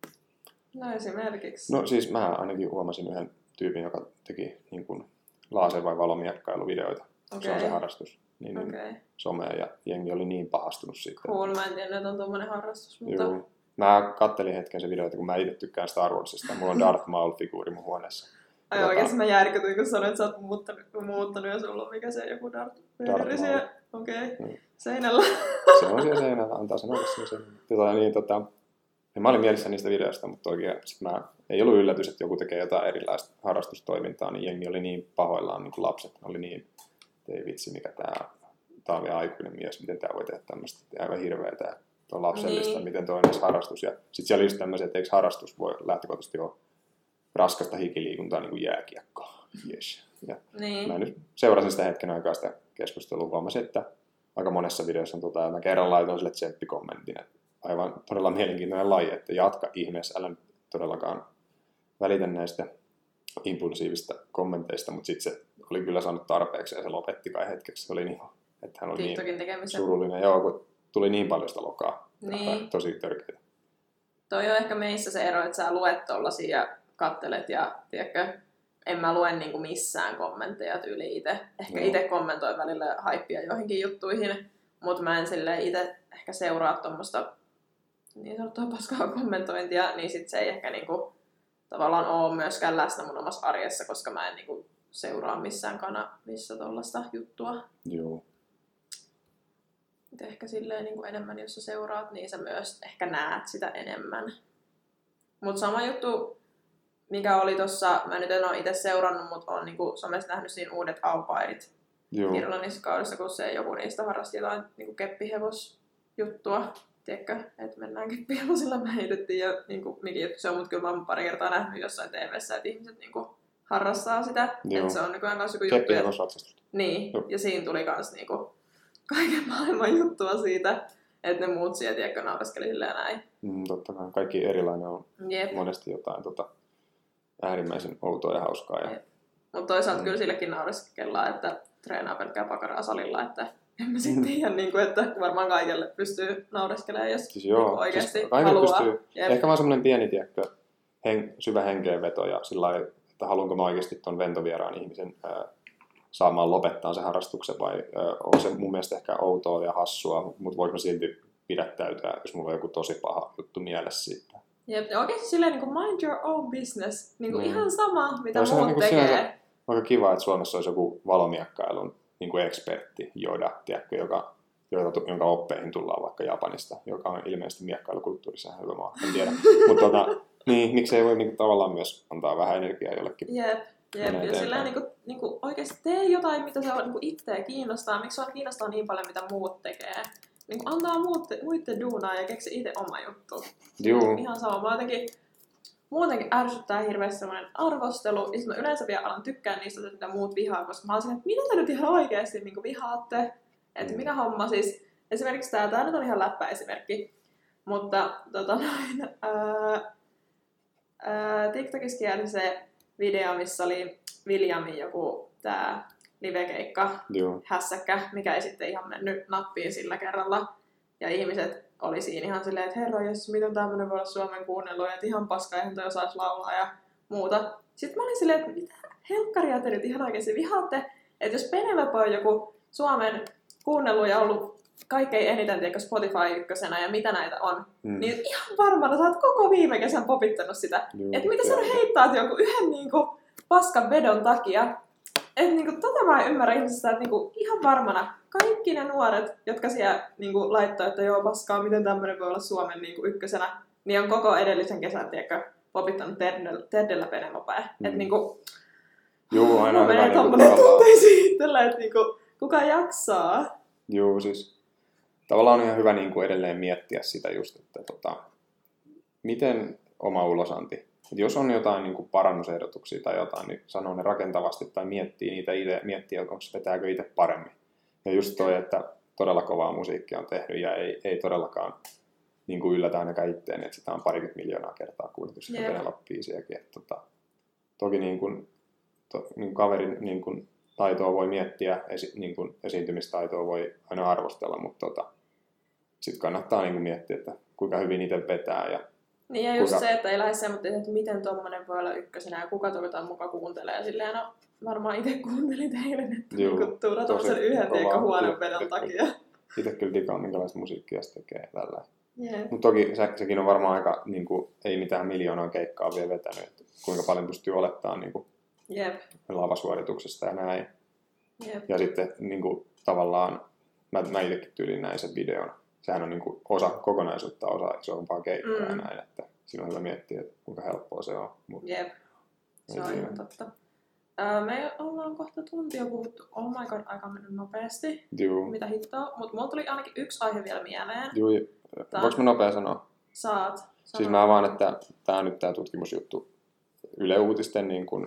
No esimerkiksi. No siis mä ainakin huomasin yhden tyypin, joka teki niin kuin laser- vai valomiekkailuvideoita. Se on se harrastus. Niin somea ja jengi oli niin pahastunut siitä. Cool, mä en tiedä, että on tommonen harrastus. Mutta... Joo. Mä kattelin hetken se videoita, kun mä itse tykkään Star Warsista. Mulla on Darth Maul-figuuri mun huoneessa. Ai oikeesti mä järkytyin, kun sanoit, että sä oot muuttanut ja sulla on mikä se joku Darth Vader siellä. Seinällä. Se on siellä seinällä, antaa sen olla siellä seinällä. Mä olin mielessä niistä videoista, mutta oikein ei ollut yllätys, että joku tekee jotain erilaista harrastustoimintaa, niin jengi oli niin pahoillaan, niin kuin lapset oli niin, että ei vitsi, mikä tää on vielä aikuinen mies, miten tää voi tehdä tämmöistä, aivan hirveetä, että on lapsellista, miten toi on edes harrastus. Ja sit siellä oli just tämmöisiä, että eikö harrastus voi lähtökohtaisesti ole raskasta hikiliikuntaa niin kuin jääkiekkoa. Yes. Ja mä nyt seurasin sitä hetken aikaa sitä keskustelua, huomasin, että aika monessa videossa on mä kerran laitoin sille tsemppikommentin, että aivan todella mielenkiintoinen laji, että jatka ihmeessä, älä nyt todellakaan välitä näistä impulsiivista kommenteista, mutta sitten se oli kyllä saanut tarpeeksi ja se lopetti kai hetkeksi. Se oli niin, että hän oli niin surullinen. Joo, kun tuli niin paljon sitä lokaa. Niin. Tosi törkeitä. Toi on ehkä meissä se ero, että sä luet tollasia ja kattelet ja tiedätkö, en mä lue niinku missään kommentteja tyyli itse. Ehkä itse kommentoin välillä haippia joihinkin juttuihin, mutta mä en silleen itse ehkä seuraa tommoista niin sanottua paskaa kommentointia, niin sit se ei ehkä niinku tavallaan ole myöskään läsnä mun omassa arjessa, koska mä en niinku seuraa missään kanavissa tollaista juttua. Joo. Et ehkä silleen niin kuin enemmän, jos sä seuraat, niin sä myös ehkä näet sitä enemmän. Mutta sama juttu, mikä oli tossa, mä nyt en ole itse seurannut, mutta olen niin somessa nähnyt siinä uudet aupairit Irlannissa kaudessa, kun se joku niistä harrasti jotain niin keppihevosjuttua. Tiedätkö, että mennään keppihevosilla, mä heitettiin ja niin mikin juttu se on, mutta kyllä mä oon pari kertaa nähnyt jossain TV:ssä, että ihmiset niin harrastaa sitä. Että se on nykyään kanssa joku juttu. Keppihevosratsastusta. Niin, ja siinä tuli kans niin kaiken maailman juttua siitä, että ne muut siellä, tiedätkö, nauraskeli silleen ja näin. Totta kai. Kaikki erilainen on monesti jotain äärimmäisen outoa ja hauskaa. Mutta toisaalta kyllä sillekin naureskellaan, että treenaa pelkkää pakaraa salilla, että en mä sitten tiedä, niin kuin, että varmaan kaikille pystyy naureskelemaan, jos siis oikeasti siis haluaa. Ehkä vaan semmoinen pieni, tiedätkö, syvä hengenveto ja sillä lailla, että haluanko mä oikeasti ton ventovieraan ihmisen saamaan lopettaa sen harrastuksen vai onko se mun mielestä ehkä outoa ja hassua, mutta voiko mä silti pidättäytyä, jos mulla on joku tosi paha juttu mielessä siitä. Jep, ja oikeasti silleen niin kuin mind your own business, niin kuin ihan sama, mitä muut niin tekee. Aika kiva, että Suomessa olisi joku valomiekkailuun niin kuin ekspertti, tiedätkö, jonka oppeihin tullaan vaikka Japanista, joka on ilmeisesti miekkailukulttuurissa ihan hyvä maa, en tiedä. Mutta niin, miksei voi niin tavallaan myös antaa vähän energiaa jollekin. Jep, ja sillä niin kuin oikeasti tee jotain, mitä se on niin itseä kiinnostaa. Miksi sua kiinnostaa niin paljon, mitä muut tekee? Niin kuin antaa muiden duunaa ja keksi itse oma juttu. Juu. Ihan sama. Mä muutenkin ärsyttää hirveästi semmoinen arvostelu. Ja sitten mä yleensä vielä alan tykkää niistä, mitä muut vihaa, koska mä oon silleen, että mitä te nyt ihan oikeasti niin kuin vihaatte? Että mikä homma siis? Esimerkiksi tää nyt on ihan läppäesimerkki. Mutta TikTokissa kiersi se video, missä oli Williamin joku tää livekeikka, hässäkkä, mikä ei sitten ihan mennyt nappiin sillä kerralla. Ja ihmiset oli siinä ihan silleen, että herra, jos miten tämmönen voi olla Suomen kuunnellut, että ihan paska, eihän toi osaisi laulaa ja muuta. Sitten mä olin silleen, että mitä helkkaria te nyt ihan oikeasti vihaatte, että jos Penelope on joku Suomen kuunnellut ja ollut kaikkein eniten tiedätkö Spotify ykkösenä ja mitä näitä on, niin ihan varmana sä oot koko viime kesän popittanut sitä. Että mitä sä nyt heittaat jonkun yhden niinku paskan vedon takia. Että niinku mä en ymmärrä ihmisistä, että niinku ihan varmana kaikki ne nuoret, jotka siellä niinku laittoi, että joo paskaa, miten tämmönen voi olla Suomen niinku ykkösenä, niin on koko edellisen kesän tiedätkö popittanut Teddellä Penelopea. Että niinku juu, aina on menee tommonen tunteisiin itsellä, että niinku kuka jaksaa. Joo, siis tavallaan on ihan hyvä niin kuin edelleen miettiä sitä just, että miten oma ulosanti. Et jos on jotain niin kuin parannusehdotuksia tai jotain, niin sanoo ne rakentavasti tai miettii niitä itse, miettii, onko se vetääkö itse paremmin. Ja just toi, että todella kovaa musiikkia on tehnyt ja ei todellakaan niin kuin yllätä ainakaan itteen, että sitä on 20 miljoonaa kertaa kuunneltu sitä Penelope-biisiäkin. Toki niin kuin kaverin niin kuin taitoa voi miettiä, niin kuin esiintymistaitoa voi aina arvostella, mutta sitten kannattaa niin kuin miettiä, että kuinka hyvin itse vetää. Ja niin ja just se, että ei lähde semmoinen, että miten tommonen voi olla ykkösenä ja kuka toivotaan mukaan kuuntelee. Ja silleen, no varmaan itse kuuntelin eilen, että turata sen yhden tiekon huonon vedon takia. Itse kyllä digaan, minkälaista musiikkia se tekee tällä. Mutta toki sekin on varmaan aika, niin kuin, ei mitään miljoonaa keikkaa vielä vetänyt, että kuinka paljon pystyy olettamaan niin kuin lavasuorituksesta ja näin. Ja sitten niin kuin, tavallaan, mä itsekin tyyliin näin sen videon. Sehän on niin kuin, osa kokonaisuutta, osa isompaa keikkaa ja näin, että siinä on hyvä miettiä, että kuinka helppoa se on. Se on ihan totta. Me ollaan kohta tuntia puhuttu. Oh my god, aika on mennyt nopeasti. Juu. Mitä hittoa. Mutta mulla tuli ainakin yksi aihe vielä mieleen. Juu. Voinko mä nopea sanoa? Saat. Siis mä vaan, että tää on nyt tää tutkimusjuttu. Yle Uutisten niin kuin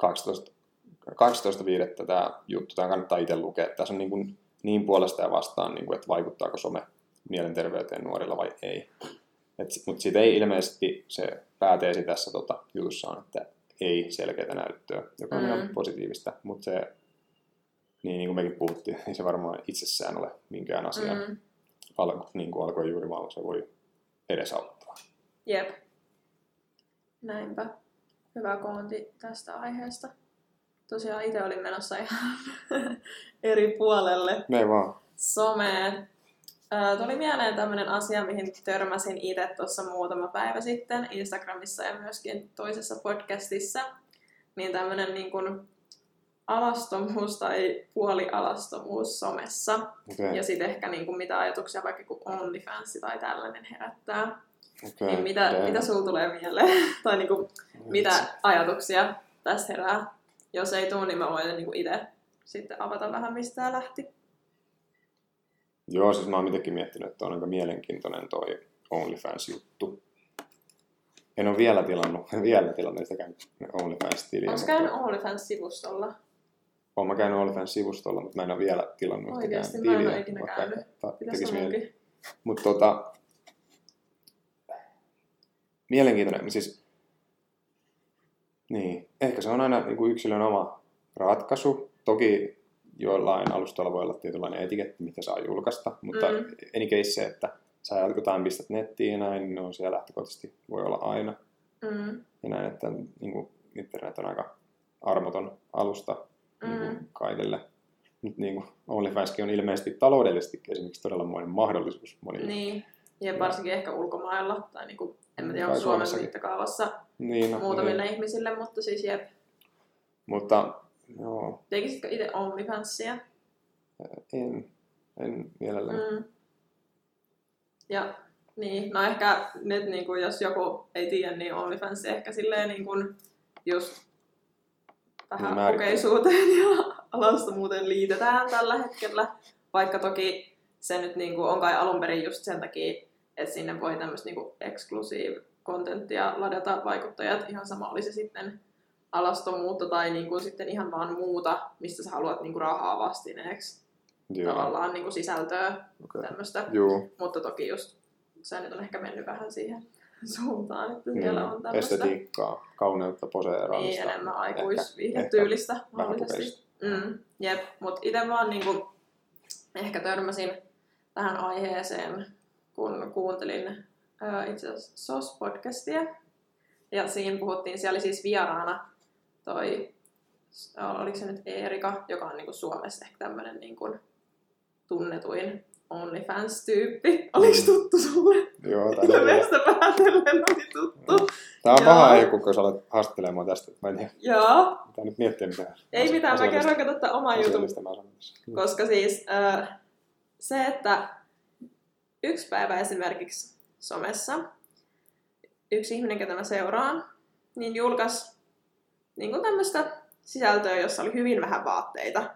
12.5. Tää juttu. Tää kannattaa itse lukea. Tässä on niin puolesta ja vastaan, niin kuin, että vaikuttaako some mielenterveyteen nuorilla vai ei. Mutta siitä ei ilmeisesti se pääteesi tässä jutussa on, että ei selkeää näyttöä, joka on ihan positiivista, mutta se, niin kuin mekin puhuttiin, niin se varmaan itsessään ole minkään asian niin kuin alkoi juuri vaan se voi edesauttaa. Jep. Näinpä. Hyvä koonti tästä aiheesta. Tosiaan itse olin menossa ihan eri puolelle. Ne vaan. Someen. Tuli mieleen tämmöinen asia, mihin törmäsin itse tuossa muutama päivä sitten Instagramissa ja myöskin toisessa podcastissa. Niin tämmöinen niin kuin alastomuus tai puolialastomuus somessa. Okay. Ja sitten ehkä niinku mitä ajatuksia vaikka kun OnlyFans tai tällainen herättää. Okay. Niin mitä sulla tulee mieleen? Tai niinku, mitä ajatuksia tästä herää? Jos ei tule, niin mä voin niinku itse sitten avata vähän, mistä tää lähti. Joo, siis mä oon mitenkin miettinyt, että on aika mielenkiintoinen toi OnlyFans-juttu. En ole vielä tilannut sitäkään OnlyFans-tiliä. Onko käynyt OnlyFans-sivustolla? Olen mä käynyt OnlyFans-sivustolla, mutta mä en ole vielä tilannut yhtäkään tiliä. Oikeasti, mä en ole ikinä käynyt. Pitäisi munkin. Mutta mielenkiintoinen, siis niin, ehkä se on aina niin kuin yksilön oma ratkaisu. Toki joillain alustoilla voi olla tietynlainen etiketti, mitä saa julkaista, mutta any case se, että sä jotain pistät nettiin ja näin, niin ne on siellä lähtökohtaisesti, voi olla aina. Ja näin, että niin kuin, internet on aika armoton alusta niin kuin kaikille. Nyt niin kuin OnlyFanskin on ilmeisesti taloudellisesti esimerkiksi todella monen mahdollisuus monille. Niin, ja varsinkin ehkä ulkomailla, tai niin kuin, en mä tiedä, onko Suomen mittakaavassa muutamille ihmisille, mutta siis jep. Mutta joo. Tekisitkö itse OnlyFansia? En mielelläni. Ja niin, no ehkä nyt niin kuin, jos joku ei tiedä, niin OnlyFans ehkä silleen niin kuin just vähän kokeisuuteen ja alastomuuteen liitetään tällä hetkellä. Vaikka toki se nyt niin kuin on kai alun perin just sen takia, että sinne voi tämmöistä niin kuin exclusive contenttia ladata vaikuttajat. Ihan sama oli se sitten alastomuutta tai niin kuin sitten ihan vaan muuta, mistä sä haluat niin kuin rahaa vastineeksi. Joo. Tavallaan niin kuin sisältöä tämmöistä. Mutta toki just se nyt on ehkä mennyt vähän siihen suuntaan, että siellä on tämmöistä estetiikkaa, kauneutta, poseeraamista. Niin, enemmän aikuisviihdetyylistä mahdollisesti. Jep, mutta itse vaan niinku ehkä törmäsin tähän aiheeseen, kun kuuntelin itse asiassa SOS-podcastia. Ja siinä puhuttiin, siellä oli siis vieraana toi, oliko se nyt Eerika, joka on niinku Suomessa ehkä tämmönen niinku tunnetuin OnlyFans-tyyppi. Oliko tuttu sulle? Joo, meistä päätellen oli tuttu. Tää on paha aiku, kun sä alat haastattelemaan tästä. Mä en tiedä. Joo. Tää nyt miettiä mitään. Ei mitään, mä kerron katsottaa oman jutun. Koska siis se, että yksi päivä esimerkiksi somessa yksi ihminen, ketä mä seuraan, niin julkaisi niin tämmöistä sisältöä, jossa oli hyvin vähän vaatteita.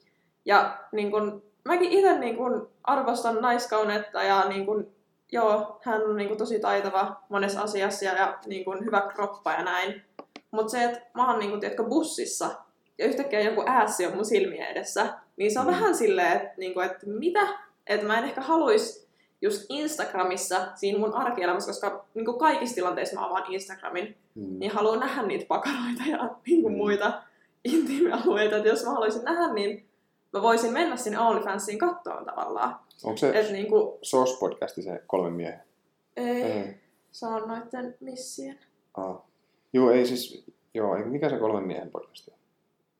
Ja niin kun, mäkin itse niin kun arvostan naiskaunetta ja niin kun, joo, hän on niin kun tosi taitava monessa asiassa ja niin kun hyvä kroppa ja näin. Mutta se, että mä oon niin kun, tiedätkö, bussissa ja yhtäkkiä joku äässi on mun silmien edessä, niin se on vähän silleen, että, niin kun, että mitä? Että mä en ehkä haluaisi just Instagramissa, siinä mun arkielämässä, koska niin kuin kaikissa tilanteissa mä avaan Instagramin, niin haluan nähdä niitä pakaroita ja niin kuin muita intiimialueita. Että jos mä haluaisin nähdä, niin mä voisin mennä sinne OnlyFansiin kattoon tavallaan. Onko se et niin kuin SOS-podcasti se 3 miehen? Ei. Se on noitten missien. Joo, ei siis, mikä se 3 miehen podcasti on?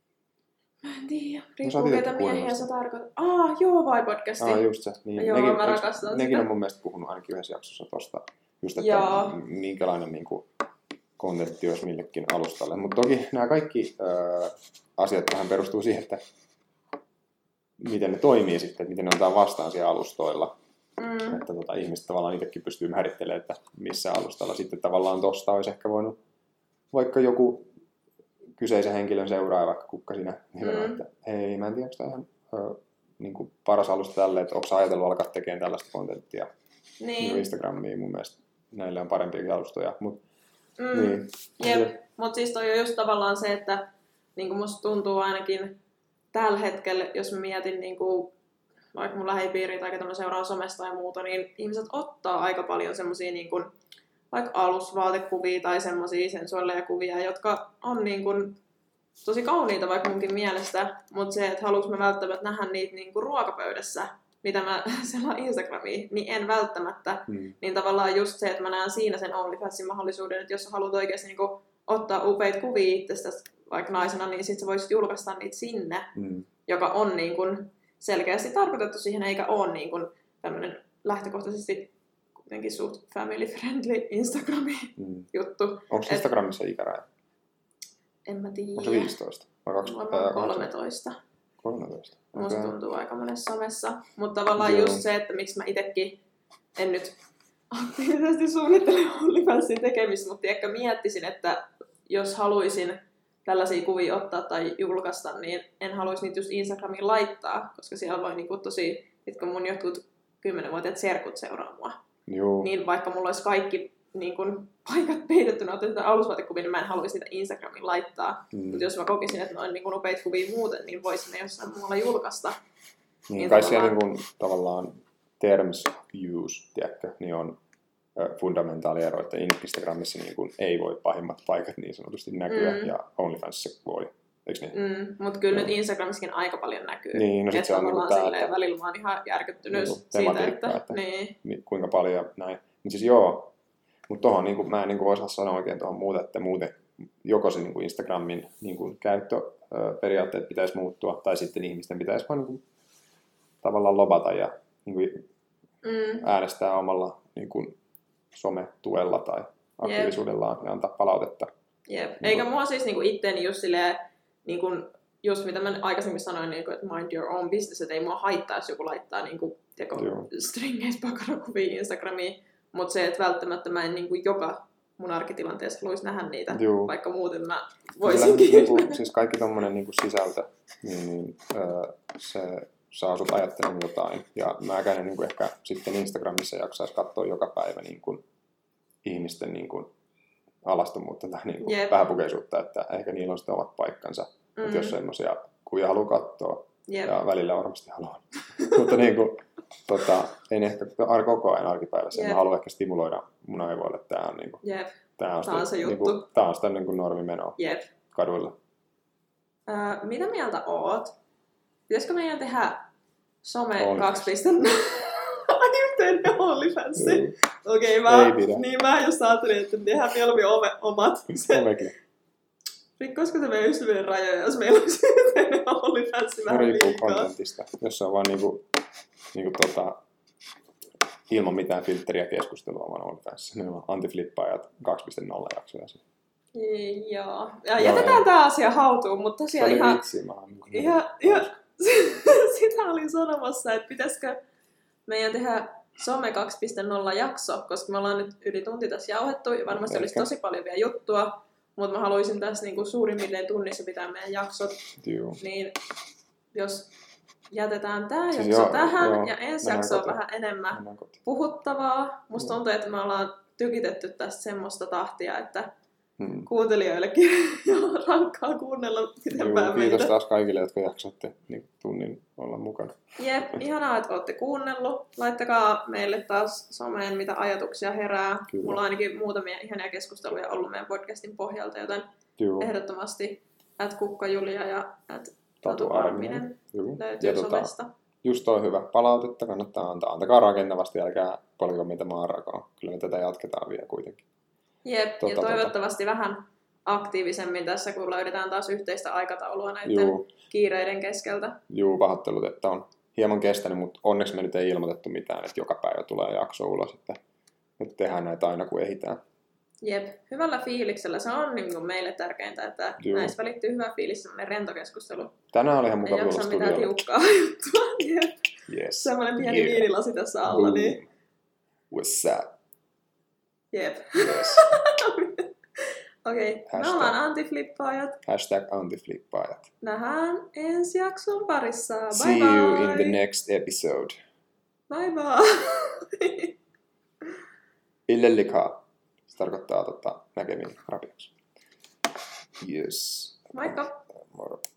Mä en tiedä. Riippuu ketä miehiä sä tarkoitat. Joo, vai podcasti. Just se. Niin, joo, mä rakastan sitä. Nekin on mun mielestä puhunut ainakin yhdessä jaksossa tosta. Just, että minkälainen niin kuin kontentti olisi millekin alustalle. Mutta toki nämä kaikki asiat tähän perustuu siihen, että miten ne toimii sitten, että miten ne otetaan vastaan siellä alustoilla. Että ihmiset tavallaan itsekin pystyy määrittelemään, että missä alustalla sitten tavallaan tosta olisi ehkä voinut vaikka joku kyseisen henkilön seuraaja, vaikka kukka siinä, että hei, mä en tiedä, onko tämä ihan niin kuin paras alusta tälle, että onko sä ajatellut alkaa tekemään tällaista kontenttia Instagramiin, mun mielestä näille on parempiakin alustoja. Mutta siis toi on just tavallaan se, että niin kuin musta tuntuu ainakin tällä hetkellä, jos mä mietin niin kuin, vaikka mun lähipiiri tai ketä mä seuraan somesta tai muuta, niin ihmiset ottaa aika paljon semmosia niin kuin vaikka alusvaatekuvia tai semmosia sensuaaleja kuvia, jotka on niin kuin tosi kauniita vaikka munkin mielestä, mutta se, että haluanko mä välttämättä nähdä niitä niin kuin ruokapöydässä, mitä mä selaan Instagramiin, niin en välttämättä. Niin tavallaan just se, että mä näen siinä sen OnlyFansin mahdollisuuden, että jos sä haluat oikeasti niin kuin ottaa upeita kuvia itsestäsi vaikka naisena, niin sit sä voisit julkaista niitä sinne, joka on niin kuin selkeästi tarkoitettu siihen, eikä ole niin kuin tämmönen lähtökohtaisesti kuitenkin suht family-friendly Instagrami-juttu. Onko Instagramissa ikäraja? En mä tiedä. Onko se 15? Varmaan 13. 13. Musta tuntuu aika monessa somessa. Mutta tavallaan Joo. just se, että miksi mä itekin en nyt aktiivisesti suunnittele OnlyFansin tekemistä, mutta ehkä miettisin, että jos haluaisin tällaisia kuvia ottaa tai julkaista, niin en haluaisi niitä just Instagramiin laittaa, koska siellä voi niinku tosi, mitkä mun jotkut 10-vuotiaat serkut seuraa mua. Joo. Niin vaikka mulla olisi kaikki niin kun, paikat peitettynä otetaan alusvaatekuvia, niin mä en haluaisi niitä Instagramiin laittaa. Mutta jos mä kokisin, että ne on niin upeita kuvia muuten, niin voisin ne jossain muualla julkaista. Niin kai siellä niin tavallaan terms of use, tiedätkö, niin on fundamentaali ero, että Instagramissa niin kuin ei voi pahimmat paikat niin sanotusti näkyä, ja OnlyFansissa voi, eikö niin? Mutta kyllä nyt Instagramissakin aika paljon näkyy. Niin, no sit se on niinku tää, että välillä mä oon ihan järkyttynyt niinku siitä, että niin. Kuinka paljon näin. Mutta siis joo, mutta tohon niinku, mä en niinku osaa sanoa oikein tuohon muuta, että muuten joko se niinku Instagramin niinku käyttöperiaatteet pitäisi muuttua, tai sitten ihmisten pitäisi vaan niinku tavallaan lobata ja niinku äänestää omalla niinku sometuella tai aktiivisuudellaan ja antaa palautetta. Jep. Eikä mua siis niinku itteeni just silleen, niinku, just mitä mä aikaisemmin sanoin, niinku, että mind your own business, että ei mua haittaa, jos joku laittaa niinku, stringeistä pakarakuvia Instagramiin, mutta se, että välttämättä mä en niinku, joka mun arkitilanteessa haluaisi nähdä niitä, vaikka muuten mä voisinkin. Niinku, siis kaikki tommonen niinku sisältö, niin se saa sut ajattelemaan jotain. Ja mäkään en niinku ehkä sitten Instagramissa jaksaisi katsoa joka päivä niinku ihmisten niinku alastomuutta tai niinku vähäpukeisuutta, että ehkä niillä on sitten omat paikkansa. Mutta jos semmoisia kuvia haluaa katsoa, ja välillä varmasti haluan. Mutta niinku, en ehkä koko ajan arkipäivässä. Mä haluan ehkä stimuloida mun aivoille, että tää on niinku, tää on se juttu. Niinku, tää on sitä niinku normimenoa kaduilla. Mitä mieltä oot? Pitäisikö meidän tehdä some 2.0? Yhteinen OnlyFansi. Okei, mä just ajattelin, että tehdään mieluummin omat. Omekin. Rikkoisiko se meidän ystävyyden rajoja, jos meillä olisi yhteinen OnlyFansi vähän liikaa? Riippuu kontentista. Jos se on vaan niinku ilman mitään filtteriä keskustelua vaan OnlyFansissa. Ne on antiflippaajat 2.0 jaksoja. Joo. Ja jätetään tää asia hautuun, mutta tosiaan ihan sitä olin sanomassa, että pitäisikö meidän tehdä some 2.0 jakso, koska me ollaan nyt yli tunti tässä jauhettu ja varmasti olisi tosi paljon vielä juttua, mutta mä haluaisin tässä niinku suurin piirtein tunnissa pitää meidän jaksot. Niin jos jätetään tää jakso tähän ja ensi jakso on vähän enemmän puhuttavaa. Musta tuntuu, että me ollaan tykitetty tästä semmoista tahtia, että kuuntelijoillekin on rankkaa kuunnella pitempään meitä. Kiitos taas kaikille, jotka jaksatte niin tunnin olla mukana. Jep, ihanaa, että olette kuunnellut. Laittakaa meille taas someen, mitä ajatuksia herää. Kyllä. Mulla on ainakin muutamia ihania keskusteluja ollut meidän podcastin pohjalta, joten ehdottomasti @kukkajulia ja @tatuarminen löytyy somesta. Just toi hyvä palautetta, kannattaa antaa. Antakaa rakentavasti, älkää polkiko mitä maanrakoon. Kyllä me tätä jatketaan vielä kuitenkin. Jep, ja toivottavasti vähän aktiivisemmin tässä, kun löydetään taas yhteistä aikataulua näiden kiireiden keskeltä. Pahoittelut, että on hieman kestänyt, mutta onneksi me nyt ei ilmoitettu mitään, että joka päivä tulee jakso ulos, että nyt tehdään näitä aina, kun ehditään. Jep, hyvällä fiiliksellä. Se on niin meille tärkeintä, että näissä välittyy hyvä fiilis, semmoinen rentokeskustelu. Tänään oli ihan mukava tulla studiolle. Ei jaksa mitään tiukkaa juttua. Jep. Yes. Semmoinen pieni viinilasi tässä alla. Niin. What's up? Jep. Yes. Okei, me ollaan antiflippaajat. #antiflippaajat. Nähdään ensi jakson parissa. Bye See bye. you in the next episode. Bye bye. Illellikaa. Se tarkoittaa näkemiin rapiaksi. Yes. Moikka. Moro.